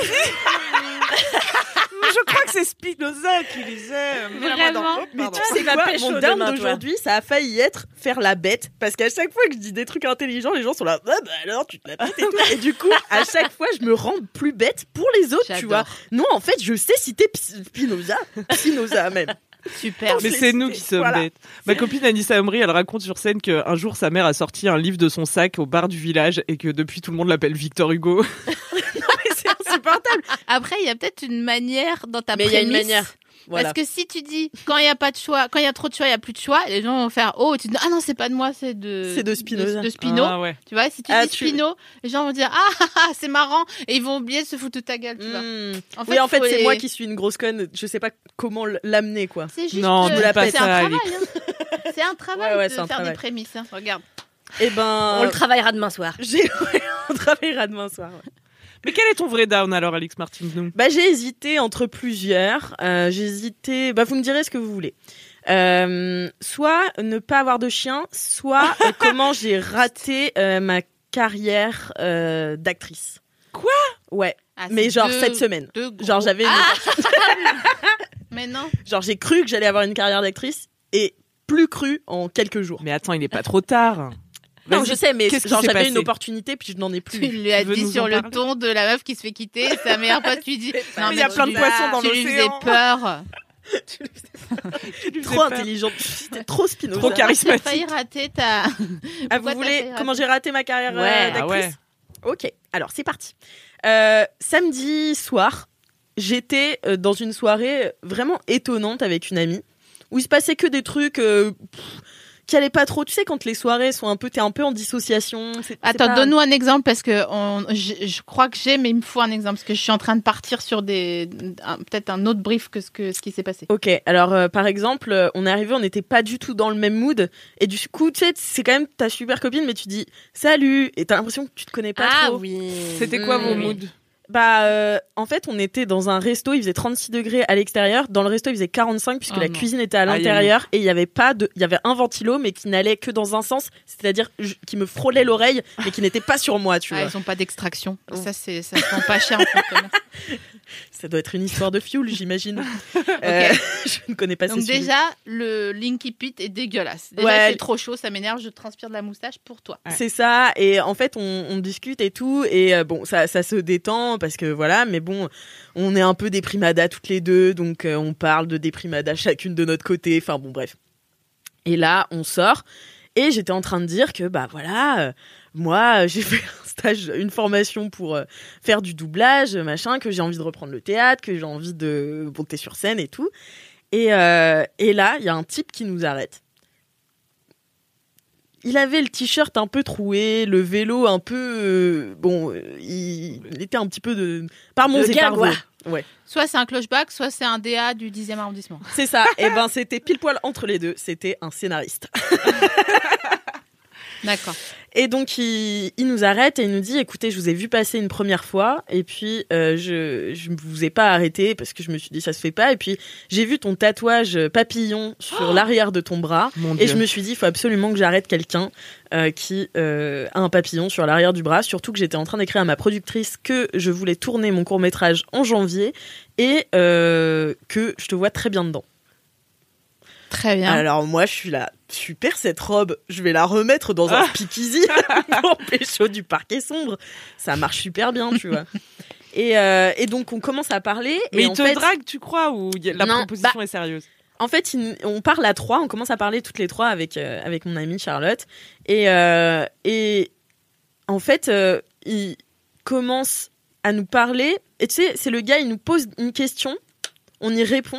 Je crois que c'est Spinoza qui disait. Vraiment? Mais Pardon. tu sais va quoi, pécho mon down demain, toi. d'aujourd'hui, ça a failli être faire la bête. Parce qu'à chaque fois que je dis des trucs intelligents, les gens sont là, ah bah alors tu te la pètes et tout. Et du coup, à chaque fois, je me rends plus bête pour les autres, tu J'adore. vois. Non, en fait, je sais citer P- Spinoza. Spinoza même. Super. Mais je l'ai c'est nous cité. qui sommes Voilà. bêtes. Ma copine Anissa Omri, elle raconte sur scène qu'un jour sa mère a sorti un livre de son sac au bar du village et que depuis tout le monde l'appelle Victor Hugo. Mais c'est insupportable. Après, il y a peut-être une manière dans ta Mais il y a une prémisse. manière. Voilà. Parce que si tu dis quand il y a pas de choix, quand il y a trop de choix, il y a plus de choix, les gens vont faire oh, tu dis ah non, c'est pas de moi, c'est de C'est de Spinoza. de, de Spino. Ah ouais. Tu vois, si tu Ah, dis tu- Spino, les gens vont dire ah, ah, ah c'est marrant et ils vont oublier de se foutre de ta gueule, tu vois. Hmm. En Oui, en fait, faut c'est les- moi qui suis une grosse conne. Je sais pas comment l'amener, quoi. C'est juste Non, que dis pas c'est ça, un Alix. travail. hein. C'est un travail Ouais, ouais, de c'est un faire travail. des prémices. hein. Regarde. Eh ben, On le travaillera demain soir. j'ai... ouais, on travaillera demain soir. ouais. Mais quel est ton vrai down alors, Alix Martins nous? Bah, j'ai hésité entre plusieurs. Euh, j'ai hésité. Bah, vous me direz ce que vous voulez. Euh, soit ne pas avoir de chien, soit euh, comment j'ai raté euh, ma carrière euh, d'actrice. Quoi? Ouais. Ah, Mais c'est genre deux- cette semaine. deux gros- Genre j'avais. une Ah opportunité- Mais non. Genre j'ai cru que j'allais avoir une carrière d'actrice et plus cru en quelques jours. Mais attends, il est pas trop tard. Non, Vas-y. je sais, mais Qu'est-ce qui genre s'est j'avais passé une opportunité puis je n'en ai plus. Tu lui as veux dit nous sur en le parler ton de la meuf qui se fait quitter, sa meilleure pote lui dit non, il y a mais plein tu de lui- poissons dans tu lui faisais l'océan. peur. Trop intelligente, c'était trop Spinoza. Trop T'as charismatique. failli rater ta. Ah, Pourquoi vous t'as voulez failli comment rater j'ai raté ma carrière euh, Ouais, ah d'actrice? Ok, alors c'est parti. Euh, samedi soir, j'étais euh, dans une soirée vraiment étonnante avec une amie où il se passait que des trucs euh, pff, qui allaient pas trop. Tu sais, quand les soirées sont un peu, t'es un peu en dissociation. c'est- c'est Attends, pas- donne-nous un exemple parce que on, je, je crois que j'ai, mais il me faut un exemple parce que je suis en train de partir sur des un- peut-être un autre brief que ce que ce qui s'est passé. Ok, alors euh, par exemple, euh, on est arrivé, on n'était pas du tout dans le même mood, et du coup, tu sais, c'est quand même ta super copine, mais tu dis salut, et t'as l'impression que tu te connais pas Ah trop. oui. C'était quoi Mmh, vos oui. moods? Bah, euh, en fait, on était dans un resto, il faisait trente-six degrés à l'extérieur. Dans le resto, il faisait quarante-cinq puisque Oh la non. cuisine était à Aïe, aïe, l'intérieur et il y avait pas de, il y avait un ventilo mais qui n'allait que dans un sens, c'est-à-dire je- qui me frôlait l'oreille mais qui n'était pas sur moi, tu Ah, vois. ils ont pas d'extraction. Oh. Ça c'est ça se vend pas cher en fait. Ça doit être une histoire de fioul, j'imagine. Euh, je ne connais pas Donc ces sujets. déjà le Linky Pit est dégueulasse. Déjà Ouais. c'est trop chaud, ça m'énerve, je transpire de la moustache pour toi. C'est ça, et en fait on, on discute et tout, et euh, bon ça, ça se détend parce que voilà, mais bon on est un peu déprimada toutes les deux, donc euh, on parle de déprimada chacune de notre côté, enfin bon bref. Et là on sort, et j'étais en train de dire que bah voilà, euh, moi euh, j'ai fait un stage, une formation pour euh, faire du doublage, machin, que j'ai envie de reprendre le théâtre, que j'ai envie de monter sur scène et tout. Et, euh, et là il y a un type qui nous arrête. il avait le t-shirt un peu troué, le vélo un peu... euh, bon, euh, il, il était un petit peu de... Par mon Le et gars, par quoi. vos. Ouais, Soit c'est un clochback, soit c'est un D A du dixième arrondissement. c'est ça. Et ben, c'était pile poil entre les deux. C'était un scénariste. D'accord. Et donc, il, il nous arrête et il nous dit, écoutez, je vous ai vu passer une première fois et puis euh, je je vous ai pas arrêté parce que je me suis dit, ça se fait pas. Et puis, j'ai vu ton tatouage papillon sur Oh l'arrière de ton bras. Mon Et Dieu. je me suis dit, il faut absolument que j'arrête quelqu'un euh, qui euh, a un papillon sur l'arrière du bras. Surtout que j'étais en train d'écrire à ma productrice que je voulais tourner mon court-métrage en janvier et euh, que je te vois très bien dedans. Très bien. Alors moi, je suis là, super cette robe, je vais la remettre dans un speakeasy pour pécho du parquet sombre. Ça marche super bien, tu vois. Et, euh, et donc, on commence à parler. Mais et il en te fait, drague, tu crois, ou y a- la Non, proposition est sérieuse? En fait, il- on parle à trois, on commence à parler toutes les trois avec, euh, avec mon amie Charlotte. Et, euh, et en fait, euh, il commence à nous parler. Et tu sais, c'est le gars, il nous pose une question, on y répond.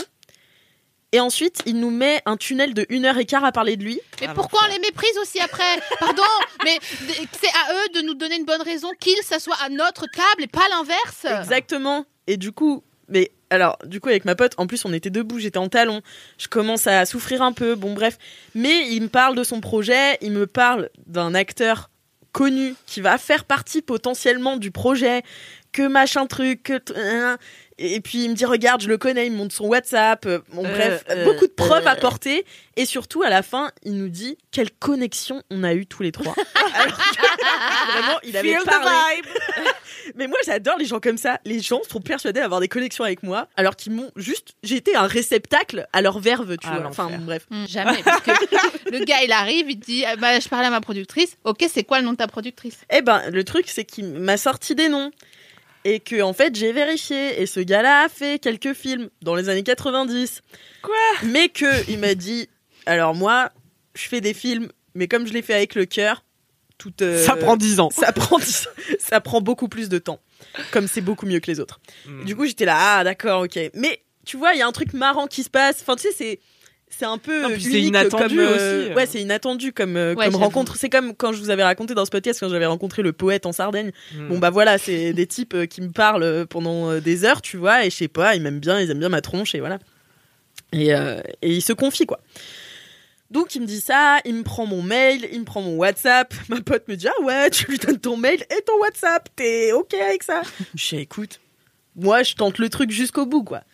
Et ensuite, il nous met un tunnel de une heure et quart à parler de lui. Mais Ah, pourquoi on l'enfer. les méprise aussi après? Pardon, mais d- c'est à eux de nous donner une bonne raison qu'ils s'assoient à notre table et pas l'inverse. Exactement. Et du coup, mais alors, du coup, avec ma pote, en plus, on était debout, j'étais en talons. Je commence à souffrir un peu, bon, bref. Mais il me parle de son projet, il me parle d'un acteur connu qui va faire partie potentiellement du projet, que machin truc, que. t- hein. Et puis il me dit, regarde, je le connais, il me montre son WhatsApp. euh, Bon, Euh, bref, euh, beaucoup de preuves euh. à porter. Et surtout, à la fin, il nous dit quelle connexion on a eu tous les trois. Alors que, vraiment, il avait Feel the parlé. vibe. Mais moi, j'adore les gens comme ça. Les gens sont persuadés d'avoir des connexions avec moi, alors qu'ils m'ont juste. J'ai été un réceptacle à leur verve, tu Ah, vois. Enfin, l'enfer. bref. Hum, jamais, parce que le gars il arrive, il dit ah, bah, je parlais à ma productrice. Ok, c'est quoi le nom de ta productrice? Eh ben, le truc, c'est qu'il m'a sorti des noms. Et que, en fait, j'ai vérifié. Et ce gars-là a fait quelques films dans les années quatre-vingt-dix. Quoi? Mais que, il m'a dit, alors moi, je fais des films, mais comme je les fais avec le cœur, tout. euh, Ça prend dix ans. Ça prend, dix- ça prend beaucoup plus de temps. Comme c'est beaucoup mieux que les autres. Mm. Du coup, j'étais là, ah, d'accord, ok. Mais, tu vois, il y a un truc marrant qui se passe. Enfin, tu sais, c'est. C'est un peu Non, puis c'est unique inattendu comme, euh, aussi. ouais, c'est inattendu comme, euh, Ouais, comme j'avoue. rencontre. C'est comme quand je vous avais raconté dans ce podcast quand j'avais rencontré le poète en Sardaigne. Mm. Bon bah voilà, c'est des types euh, qui me parlent euh, pendant euh, des heures, tu vois, et je sais pas, ils m'aiment bien, ils aiment bien ma tronche et voilà. Et, euh, et ils se confient quoi. Donc il me dit ça, il me prend mon mail, il me prend mon WhatsApp. Ma pote me dit ah ouais, tu lui donnes ton mail et ton WhatsApp, t'es ok avec ça? Je dis écoute, moi je tente le truc jusqu'au bout quoi.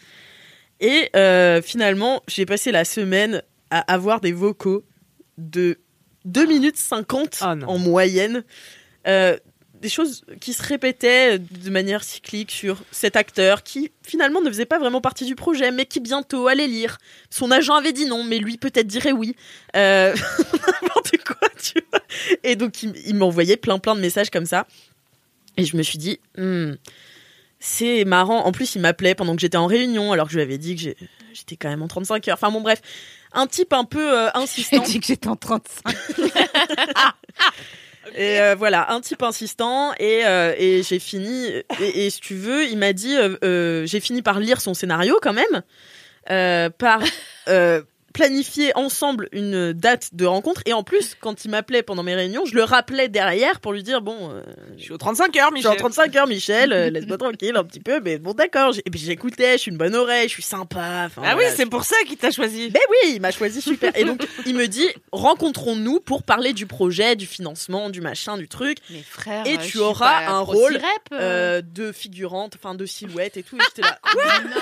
Et euh, finalement, j'ai passé la semaine à avoir des vocaux de deux minutes cinquante Oh non. en moyenne. Euh, des choses qui se répétaient de manière cyclique sur cet acteur qui finalement ne faisait pas vraiment partie du projet, mais qui bientôt allait lire. Son agent avait dit non, mais lui peut-être dirait oui. Euh... N'importe quoi, tu vois. Et donc il, il m'envoyait plein plein de messages comme ça. Et je me suis dit, hmm, c'est marrant. En plus, il m'appelait pendant que j'étais en réunion, alors que je lui avais dit que j'ai- j'étais quand même en trente-cinq heures. Enfin bon, bref, un type un peu euh, J'ai insistant. dit que j'étais en trente-cinq. Et euh, voilà, un type insistant. Et, euh, et j'ai fini. Et, et si tu veux, il m'a dit euh, euh, j'ai fini par lire son scénario quand même, euh, par euh, planifier ensemble une date de rencontre. Et en plus, quand il m'appelait pendant mes réunions, je le rappelais derrière pour lui dire bon, euh, Je suis aux trente-cinq heures, je suis en Michel. trente-cinq heures, Michel, euh, laisse-moi tranquille un petit peu. Mais bon, d'accord. J'ai- Et puis j'écoutais, je suis une bonne oreille, je suis sympa. Enfin, Ah oui, voilà, c'est pour ça qu'il t'a choisi. ben oui, il m'a choisi super. Et donc, il me dit, rencontrons-nous pour parler du projet, du financement, du machin, du truc, Mais frère, Et euh, tu je suis auras pas un pro rôle, sirep, euh. euh, de figurante, enfin de silhouette et tout. Et j'étais là, Non.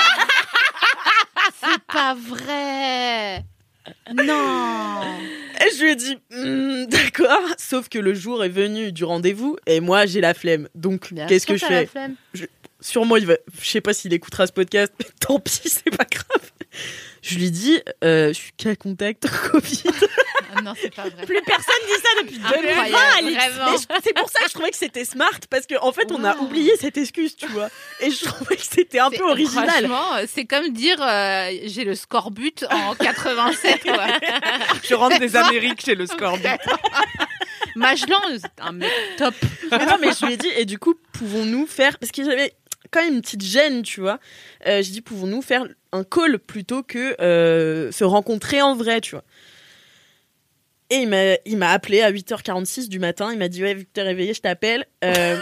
C'est pas vrai. Non. et je lui ai dit, Hmm, d'accord. Sauf que le jour est venu du rendez-vous et moi j'ai la flemme. Donc, Bien qu'est-ce sûr que je t'as la fais? flemme. Sûrement, il va. Je sais pas s'il écoutera ce podcast, mais tant pis, c'est pas grave. Je lui dis, euh, je suis cas contact Covid. Ah non, c'est pas vrai. Plus personne dit ça depuis deux mille vingt, Incroyable, Alix. vraiment. Mais je- c'est pour ça que je trouvais que c'était smart parce qu'en en fait, on a Wow. oublié cette excuse, tu vois. Et je trouvais que c'était un C'est- peu original. Franchement, euh, c'est comme dire euh, j'ai le score but en quatre-vingt-sept. Quoi. Je rentre des Amériques chez le Scorbut. Magellan, c'est un mec top. Mais non, mais je lui ai dit, et du coup, pouvons-nous faire. Parce que j'avais quand même une petite gêne, tu vois. Euh, j'ai dit, pouvons-nous faire un call plutôt que euh, se rencontrer en vrai, tu vois. Et il m'a, il m'a appelé à huit heures quarante-six du matin. Il m'a dit, ouais, vu que t'es réveillé, je t'appelle. Euh...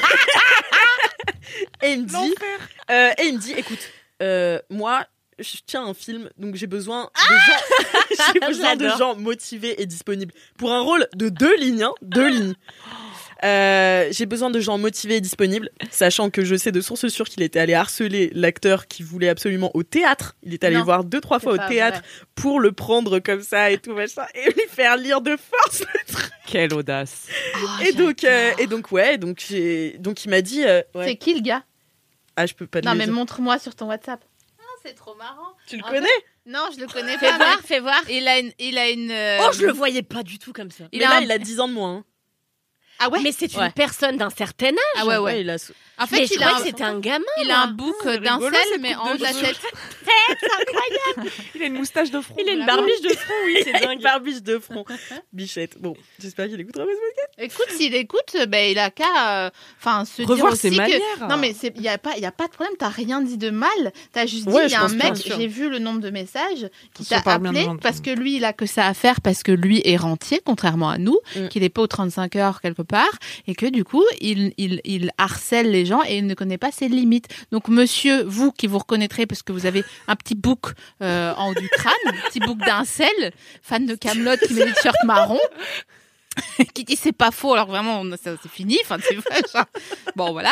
et il me dit, euh, et il me dit, écoute, euh, moi, je tiens un film, donc j'ai besoin de gens, j'ai besoin de gens motivés et disponibles pour un rôle de deux lignes, hein, deux lignes. Euh, j'ai besoin de gens motivés et disponibles, sachant que je sais de source sûre qu'il était allé harceler l'acteur qui voulait absolument au théâtre. Il est allé Non, le voir deux, trois fois au théâtre vrai. pour le prendre comme ça et tout machin, et lui faire lire de force le truc. Quelle audace. Oh, et donc, euh, et donc ouais, donc j'ai, donc il m'a dit, euh, ouais. C'est qui le gars? Ah, je peux pas te Non, le mais dire. montre-moi sur ton WhatsApp. Ah, c'est trop marrant. Tu le En connais? Non, je le connais Fais pas. voir, mais fais voir. Il a une. Il a une euh, Oh, je le voyais pas du tout comme ça. Il Mais a là, un- il a dix ans de moins. Hein. Ah ouais. Mais c'est une Ouais. personne d'un certain âge. Ah ouais, ouais. il a... En fait, Mais je il a, crois un... que c'était un gamin. il a un bouc c'est d'un rigolo, sel, cette mais coupe en haut de de la cheveux. tête. Il a une moustache de front. Il a une Vraiment. barbiche de front, oui, c'est Une dingue. barbiche de front. Bichette. Bon, j'espère qu'il écoutera pas ce podcast. Écoute, s'il écoute, ben il a qu'à, enfin, se Revoir dire ses aussi manières. que. Non, mais c'est, il y a pas, il y a pas de problème. T'as rien dit de mal. T'as juste dit, Ouais, il y je a un pense pas, mec. bien sûr. J'ai vu le nombre de messages qui Attention, t'a parle bien de appelé moi, parce tu que lui, il a que ça à faire parce que lui est rentier, contrairement à nous, Mm. qu'il est pas aux trente-cinq heures quelque part, et que du coup, il, il, il harcèle les gens et il ne connaît pas ses limites. Donc, monsieur, vous qui vous reconnaîtrez parce que vous avez un petit bouc euh, en haut du crâne, un petit bouc d'un sel, fan de Kaamelott qui met des t-shirts marrons. qui dit c'est pas faux alors vraiment on- ça, c'est fini enfin c'est vrai, genre. Bon voilà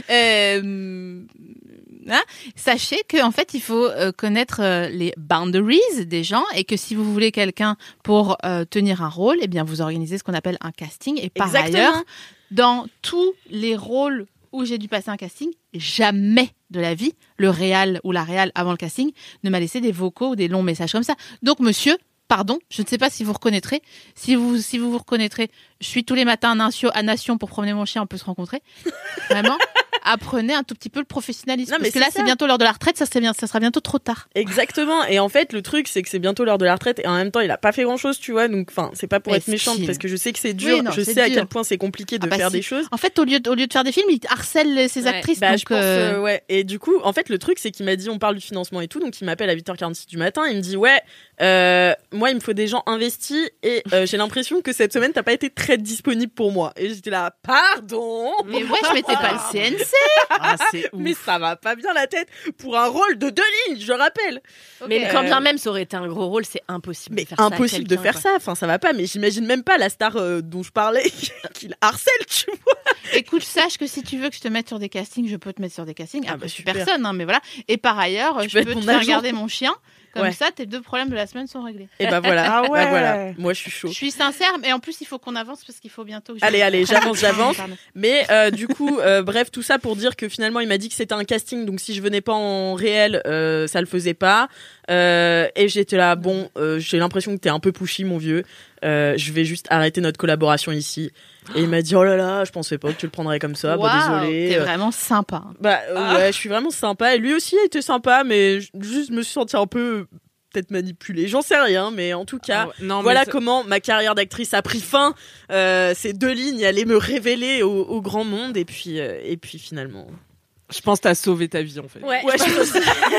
euh, hein, sachez que en fait il faut euh, connaître euh, les boundaries des gens et que si vous voulez quelqu'un pour euh, tenir un rôle eh bien vous organisez ce qu'on appelle un casting et par Exactement. ailleurs dans tous les rôles où j'ai dû passer un casting jamais de la vie le réal ou la réal avant le casting ne m'a laissé des vocaux ou des longs messages comme ça donc monsieur pardon, je ne sais pas si vous reconnaîtrez. Si vous si vous, vous reconnaîtrez, je suis tous les matins à Nation, à Nation pour promener mon chien, on peut se rencontrer. Vraiment, apprenez un tout petit peu le professionnalisme. Non, mais parce que c'est là, ça. c'est bientôt l'heure de la retraite, ça, c'est bien, ça sera bientôt trop tard. Exactement. Et en fait, le truc, c'est que c'est bientôt l'heure de la retraite et en même temps, il a pas fait grand chose, tu vois. Donc, enfin, c'est pas pour Mais être méchante style. parce que je sais que c'est dur. Oui, non, je c'est sais à dur. quel point c'est compliqué de Ah bah faire si. des choses. En fait, au lieu de, au lieu de faire des films, il harcèle ses Ouais. actrices. Bah, donc, je pense, euh, euh, ouais. Et du coup, en fait, le truc, c'est qu'il m'a dit, on parle du financement et tout, donc il m'appelle à huit heures quarante-six du matin. Il me dit, ouais, euh, moi, il me faut des gens investis et euh, j'ai l'impression que cette semaine, t'as pas été très disponible pour moi. Et j'étais là, pardon. Mais ouais, je mettais pas le C N C. Ah, c'est ouf. Mais ça va pas bien la tête pour un rôle de deux lignes, je rappelle. Mais Ok. quand bien Euh, même ça aurait été un gros rôle, c'est impossible Mais de faire ça. à impossible de quelqu'un, faire quoi. ça. Enfin, ça va pas. Mais j'imagine même pas la star euh, dont je parlais qu'il harcèle, tu vois. Écoute, sache que si tu veux que je te mette sur des castings, je peux te mettre sur des castings. Ah Après, bah, je suis super. personne, hein, mais voilà. Et par ailleurs, Tu je peux peux être te mon faire agent. garder mon chien. Comme Ouais. ça, tes deux problèmes de la semaine sont réglés. Et bah voilà. Ah ouais. Bah voilà. Moi, je suis chaud. Je suis sincère, mais en plus, il faut qu'on avance parce qu'il faut bientôt que je... Allez, allez, j'avance, j'avance. Pardon. Mais euh, du coup, euh, bref, tout ça pour dire que finalement, il m'a dit que c'était un casting, donc si je venais pas en réel, euh, ça le faisait pas. Euh, et j'étais là, bon, euh, j'ai l'impression que t'es un peu pushy, mon vieux. Euh, je vais juste arrêter notre collaboration ici. Et il m'a dit, oh là là, je pensais pas que tu le prendrais comme ça. Bah, Waouh, désolé. T'es vraiment sympa. Bah euh, Ah. ouais, je suis vraiment sympa. Et lui aussi était sympa, mais j- juste je me suis senti un peu peut-être manipulée. J'en sais rien, mais en tout cas. Ah ouais. Non, mais Voilà ça- comment ma carrière d'actrice a pris fin. Euh, ces deux lignes allaient me révéler au, au grand monde et puis euh, et puis finalement. Je pense que t'as sauvé ta vie en fait. Ouais. Ouais, je-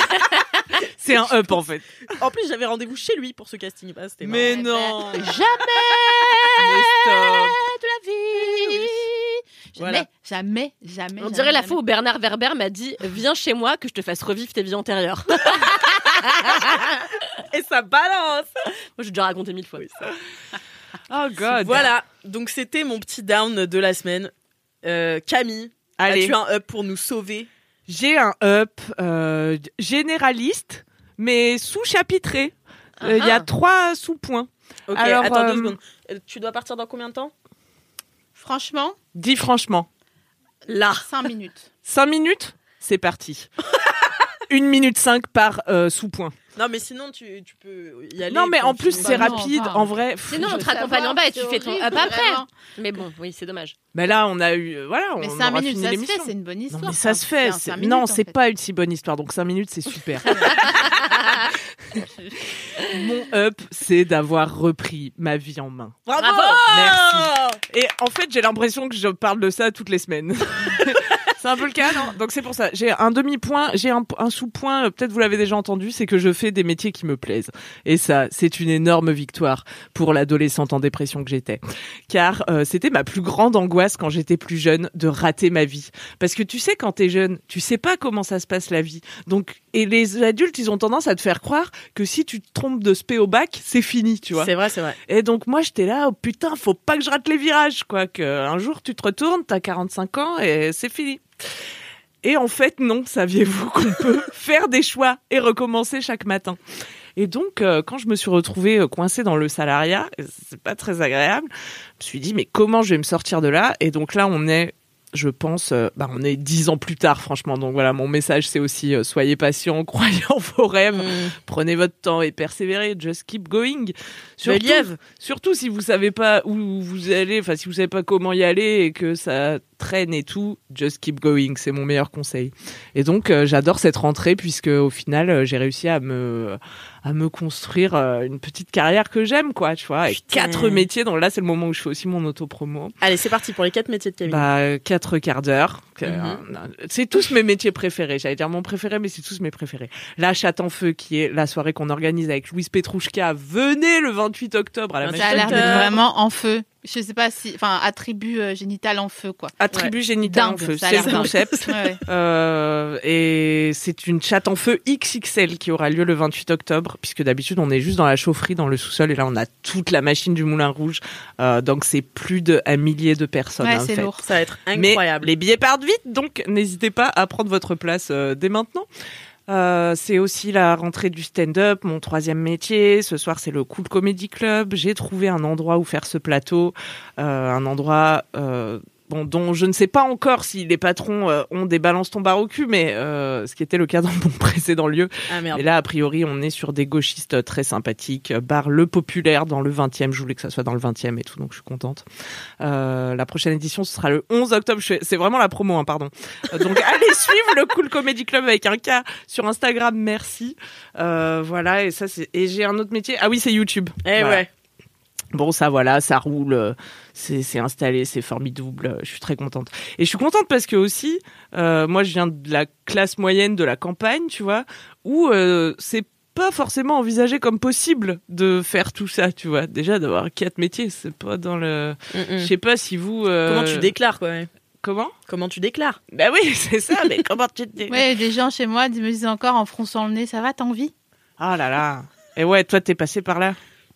C'est un up en fait. en plus j'avais rendez-vous chez lui pour ce casting. Bah, c'était marrant. Mais Eh non. ben, jamais Mais stop. de la vie. Jamais, Voilà. jamais, jamais. On jamais, dirait la jamais. fois où Bernard Werber m'a dit viens chez moi que je te fasse revivre tes vies antérieures. Et ça balance. Moi j'ai déjà raconté mille fois. Oh god. Voilà. Donc c'était mon petit down de la semaine. Euh, Camille, Allez. as-tu un up pour nous sauver? J'ai un up euh, généraliste, mais sous-chapitré. Euh, Il y a Ah. trois sous-points. Ok. Alors, attends euh, deux secondes. Euh, Tu dois partir dans combien de temps? Franchement, Dis franchement. Là. cinq minutes. Cinq minutes, c'est parti. Une minute cinq par euh, sous-point. Non, mais sinon tu, tu peux y aller. Non, mais quand en tu- plus, c'est Bah non, rapide. enfin. En vrai, pff, Sinon on Je te raccompagne savoir, en bas et tu c'est fais ton horrible, up après. vraiment. Mais bon, oui, c'est dommage. mais là, on a eu. euh, Voilà, Mais on cinq aura minutes, fini ça se l'émission. fait, c'est une bonne histoire. Non, mais ça Enfin, se fait. c'est un c'est- cinq minutes, non, en c'est fait. pas une si bonne histoire. Donc cinq minutes, c'est super. Mon up, c'est d'avoir repris ma vie en main. Bravo, Bravo. Merci. Et en fait, j'ai l'impression que je parle de ça toutes les semaines. C'est un peu le cas, non? Donc c'est pour ça. J'ai un demi-point, j'ai un, un sous-point, euh, peut-être vous l'avez déjà entendu, c'est que je fais des métiers qui me plaisent. Et ça, c'est une énorme victoire pour l'adolescente en dépression que j'étais. Car euh, c'était ma plus grande angoisse quand j'étais plus jeune de rater ma vie. Parce que tu sais, quand t'es jeune, tu sais pas comment ça se passe la vie. Donc, et les adultes, ils ont tendance à te faire croire que si tu te trompes de spé au bac, c'est fini, tu vois. C'est vrai, c'est vrai. Et donc moi j'étais là, oh putain, faut pas que je rate les virages, quoi. Que un jour tu te retournes, t'as quarante-cinq ans et c'est fini. Et en fait non, saviez-vous qu'on peut faire des choix et recommencer chaque matin. Et donc euh, quand je me suis retrouvée euh, coincée dans le salariat, c'est pas très agréable. Je me suis dit mais comment je vais me sortir de là? Et donc là on est je pense, euh, bah on est dix ans plus tard, franchement. Donc voilà, mon message, c'est aussi euh, soyez patient, croyez en vos rêves, mmh. prenez votre temps et persévérez. Just keep going. Surtout, surtout si vous savez pas où vous allez, enfin si vous savez pas comment y aller et que ça traîne et tout, just keep going. C'est mon meilleur conseil. Et donc euh, j'adore cette rentrée puisque au final, euh, j'ai réussi à me à me construire euh, une petite carrière que j'aime, quoi, tu vois, avec Putain. quatre métiers. Donc là, c'est le moment où je fais aussi mon auto-promo. Allez, c'est parti pour les quatre métiers de Camille. Bah, quatre quarts d'heure. Mm-hmm. C'est tous mes métiers préférés. J'allais dire mon préféré, mais c'est tous mes préférés. La Chatte en Feu, qui est la soirée qu'on organise avec Louise Petrouchka. Venez le vingt-huit octobre à la Ça a l'air d'être vraiment en feu. Je sais pas si, enfin, attribut euh, génital en feu, quoi. Attribut ouais. génital dingue, en feu, c'est le concept. ouais. euh, et c'est une chatte en feu X X L qui aura lieu le vingt-huit octobre, puisque d'habitude on est juste dans la chaufferie, dans le sous-sol, et là on a toute la machine du Moulin Rouge. Euh, donc c'est plus d'un millier de personnes. Ouais, en c'est fait. lourd. Ça va être incroyable. Mais les billets partent vite, donc n'hésitez pas à prendre votre place euh, dès maintenant. Euh, c'est aussi la rentrée du stand-up, mon troisième métier. Ce soir, c'est le Cool Comedy Club. J'ai trouvé un endroit où faire ce plateau, euh, un endroit euh, bon, dont je ne sais pas encore si les patrons euh, ont des balances ton bar au cul, mais euh, ce qui était le cas dans mon précédent lieu. Ah, merde. Et là, a priori, on est sur des gauchistes très sympathiques. Bar Le Populaire dans le vingtième. Je voulais que ça soit dans le vingtième et tout, donc je suis contente. Euh, la prochaine édition, ce sera le onze octobre. Je fais... C'est vraiment la promo, hein, pardon. Euh, donc, allez suivre le Cool Comedy Club avec un K sur Instagram. Merci. Euh, voilà, et ça, c'est... Et j'ai un autre métier. Ah oui, c'est YouTube. Eh voilà. ouais. Bon, ça, voilà, ça roule, c'est, c'est installé, c'est formidable, je suis très contente. Et je suis contente parce que aussi, euh, moi, je viens de la classe moyenne de la campagne, tu vois, où euh, c'est pas forcément envisagé comme possible de faire tout ça, tu vois. Déjà, d'avoir quatre métiers, c'est pas dans le... Mm-mm. Je sais pas si vous... Euh... Comment tu déclares, quoi, ouais. Comment Comment tu déclares? Ben oui, c'est ça, mais comment tu te déclares? Ouais, des gens chez moi me disent encore en fronçant le nez, ça va, t'as envie? Ah là là. Et ouais, toi, t'es passé par là?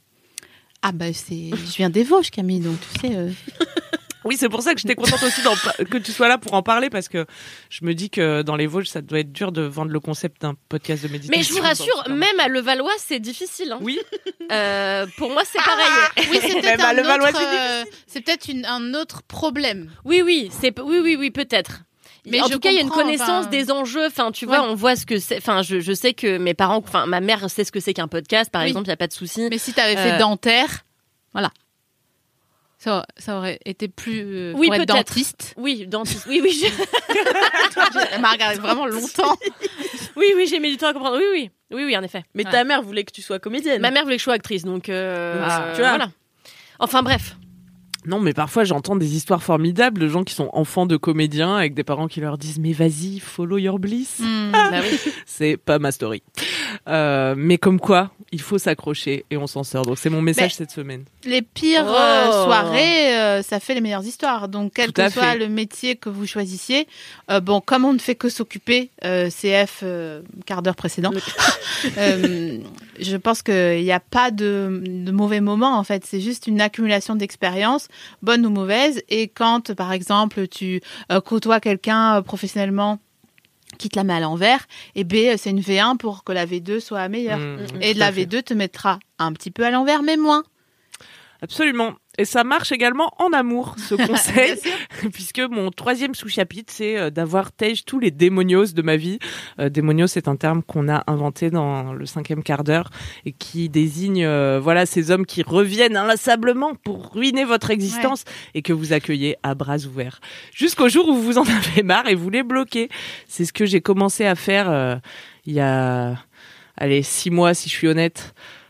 Ah bah c'est, je viens des Vosges, Camille, donc tu sais. Euh... Oui, c'est pour ça que j'étais contente aussi d'en... que tu sois là pour en parler, parce que je me dis que dans les Vosges, ça doit être dur de vendre le concept d'un podcast de méditation. Mais je vous rassure, même à Levallois, c'est difficile. Hein. Oui. Euh, pour moi, c'est pareil. Ah, oui, c'est peut-être un Levallois, autre. Euh, c'est peut-être une, un autre problème. Oui, oui, c'est oui, oui, oui, peut-être. Mais en tout cas, il y a une connaissance enfin... des enjeux. Enfin, tu vois, ouais. on voit ce que c'est. Enfin, je, je sais que mes parents, enfin, ma mère sait ce que c'est qu'un podcast, par oui. exemple, il y a pas de souci. Mais si t'avais fait euh... dentaire, voilà. Ça, ça aurait été plus euh, oui, pour être peut-être. dentiste. Oui, dentiste. Oui, oui. Je... Elle m'a regardé vraiment longtemps. Oui, oui, j'ai mis du temps à comprendre. Oui, oui, oui, oui, en effet. Mais ouais. ta mère voulait que tu sois comédienne. Ma mère voulait que je sois actrice, donc. Euh, ah, euh, tu vois. Voilà. Enfin bref. Non, mais parfois j'entends des histoires formidables de gens qui sont enfants de comédiens avec des parents qui leur disent mais vas-y, follow your bliss. Mmh, ah. bah oui. C'est pas ma story. Euh, mais comme quoi, il faut s'accrocher et on s'en sort. Donc c'est mon message mais cette semaine. Les pires oh. euh, soirées, euh, ça fait les meilleures histoires. Donc quel Tout que soit fait. le métier que vous choisissiez, euh, bon, comme on ne fait que s'occuper, euh, C F euh, quart d'heure précédent, euh, je pense qu'il n'y a pas de, de mauvais moments en fait. C'est juste une accumulation d'expériences, bonnes ou mauvaises. Et quand, par exemple, tu euh, côtoies quelqu'un euh, professionnellement qui te la met à l'envers, et B, c'est une V un pour que la V deux soit meilleure. Mmh, et la V deux te mettra un petit peu à l'envers, mais moins. Absolument. Et ça marche également en amour, ce conseil, puisque mon troisième sous-chapitre, c'est euh, d'avoir tège tous les démonios de ma vie. Euh, démonios, c'est un terme qu'on a inventé dans le cinquième quart d'heure et qui désigne euh, voilà, ces hommes qui reviennent inlassablement pour ruiner votre existence ouais. et que vous accueillez à bras ouverts. Jusqu'au jour où vous en avez marre et vous les bloquez. C'est ce que j'ai commencé à faire euh, il y a allez, six mois, si je suis honnête.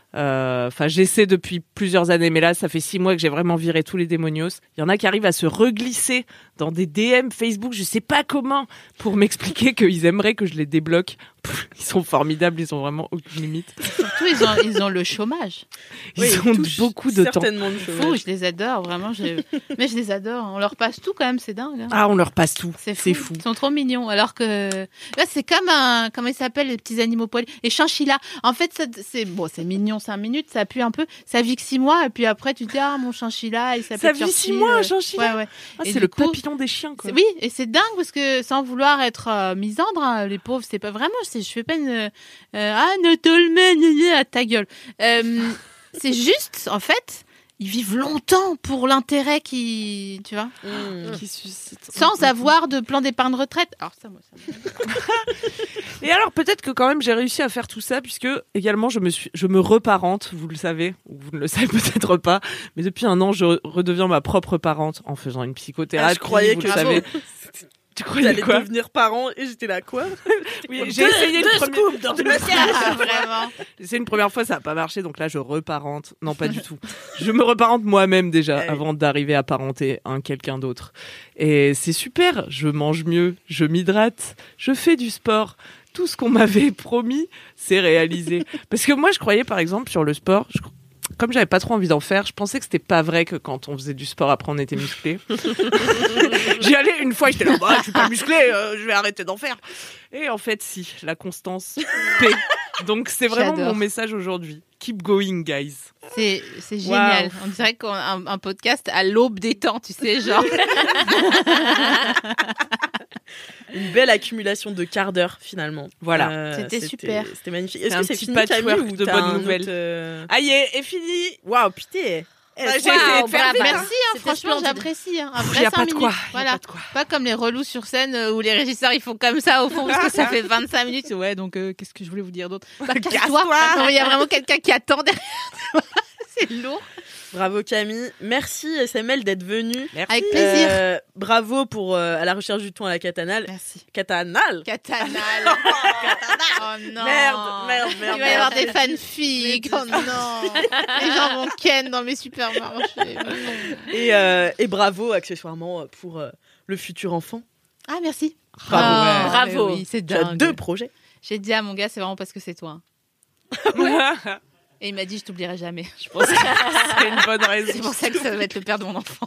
Enfin, euh, j'essaie depuis plusieurs années, mais là, ça fait six mois que j'ai vraiment viré tous les démonios. Il y en a qui arrivent à se reglisser dans des D M Facebook, je sais pas comment, pour m'expliquer qu'ils aimeraient que je les débloque. Ils sont formidables, ils ont vraiment aucune limite. Surtout, ils ont, ils ont le chômage. Ils Oui, ont touchent beaucoup de temps. certainement le chômage. Fou, je les adore, vraiment. Je... Mais je les adore. On leur passe tout quand même, c'est dingue. Hein. Ah, on leur passe tout. C'est fou. C'est fou. Ils sont trop mignons. Alors que là, c'est comme un, comment ils s'appellent, les petits animaux poilus, les chinchillas. En fait, ça, c'est bon, c'est mignon cinq minutes, ça pue un peu, ça vit que six mois, et puis après, tu te dis ah mon chinchilla, il s'appelle. Ça vit six mois, un chinchilla. Ouais, ouais. Ah, Et c'est du le coup, papillon des chiens, quoi. c'est- Oui, et c'est dingue parce que sans vouloir être euh, misandre, hein, les pauvres, c'est pas vraiment. C'est, je fais pas une euh, ah ne te à ta gueule. Euh, c'est juste, en fait. Ils vivent longtemps pour l'intérêt qui, tu vois, Mmh. Qui suscite. sans avoir de plan d'épargne retraite. Alors ça, moi, ça me- Et alors peut-être que quand même j'ai réussi à faire tout ça puisque également je me suis je me reparente, vous le savez ou vous ne le savez peut-être pas, mais depuis un an je redeviens ma propre parente en faisant une psychothérapie. Ah, je croyais vous que le savez. Tu croyais J'allais quoi? devenir parent et j'étais là quoi? Oui, j'ai essayé une première dans une Ah, vraiment. J'ai essayé une première fois, ça n'a pas marché, donc là je reparente. Non, pas du tout. Je me reparente moi-même déjà Eh. avant d'arriver à parenter un quelqu'un d'autre. Et c'est super. Je mange mieux, je m'hydrate, je fais du sport. Tout ce qu'on m'avait promis, c'est réalisé. Parce que moi, je croyais par exemple sur le sport, je- comme j'avais pas trop envie d'en faire, je pensais que c'était pas vrai que quand on faisait du sport après on était musclé. J'y allais une fois, j'étais là, bah, je suis pas musclé, euh, je vais arrêter d'en faire. Et en fait, si, la constance paie. Donc c'est vraiment J'adore. mon message aujourd'hui. Keep going, guys. C'est, c'est génial. Wow. On dirait qu'on a un, un podcast à l'aube des temps, tu sais, genre. Une belle accumulation de quart d'heure finalement. Voilà. Euh, C'était super. C'était magnifique. C'est Est-ce un que c'est petit fini patchwork Camille ou de t'as bonnes un nouvelles. autre, euh, Aïe, et fini. Waouh, putain. Eh, Bah, j'ai waouh, essayé de faire bravo. vite. Merci, hein, C'était franchement, splendide. j'apprécie. Hein. Un Il vrai n'y a cinq pas de quoi. minutes. y a Voilà. pas de quoi. Pas comme les relous sur scène euh, où les régisseurs ils font comme ça au fond parce que ça fait vingt-cinq minutes. Ouais, donc euh, qu'est-ce que je voulais vous dire d'autre? Bah, casse-toi. Casse-toi. Non, mais il y a vraiment quelqu'un qui attend derrière toi. C'est lourd. Bravo Camille. Merci S M L d'être venue. Merci. Avec plaisir. Euh, bravo pour euh, à la recherche du ton à la catanale. Merci. Catanale. Catanal. Oh non. Merde, merde, merde, Il va y avoir merde. des fanfics. Oh non. Les gens vont ken dans mes supermarchés. Non. Et, euh, et bravo accessoirement pour euh, le futur enfant. Ah, merci. Bravo. Ah, Bravo. mais Oui, c'est Tu as dingue. deux projets. J'ai dit à mon gars, c'est vraiment parce que c'est toi. Et il m'a dit, je t'oublierai jamais. Je pense que c'est une bonne raison. C'est pour ça que ça va être le père de mon enfant.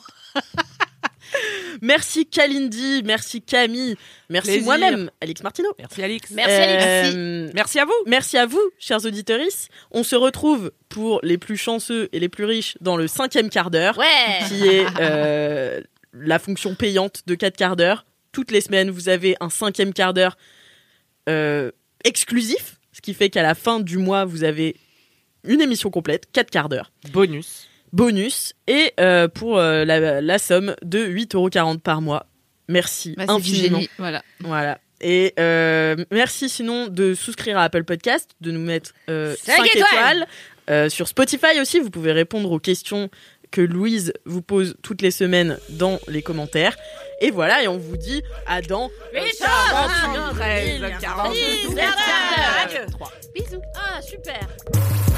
Merci Kalindi, merci Camille, merci Plaisir. moi-même, Alix Martineau. Merci Alix. Merci, Alix. Euh, Merci à vous. Merci à vous, chers auditeurs. On se retrouve pour les plus chanceux et les plus riches dans le cinquième quart d'heure, Ouais. qui est euh, la fonction payante de quatre quarts d'heure. Toutes les semaines, vous avez un cinquième quart d'heure euh, exclusif, ce qui fait qu'à la fin du mois, vous avez une émission complète, quatre quarts d'heure. Bonus. Bonus et euh, pour euh, la, la somme de huit euros quarante par mois. Merci Bah, c'est du infiniment. génie. Voilà. Voilà. Et euh, merci sinon de souscrire à Apple Podcast, de nous mettre euh, Cinq cinq étoiles. étoiles. Euh, sur Spotify aussi, vous pouvez répondre aux questions que Louise vous pose toutes les semaines dans les commentaires. Et voilà, et on vous dit à dans treize, quarante-deux, Bisous. Bisous. Ah, super.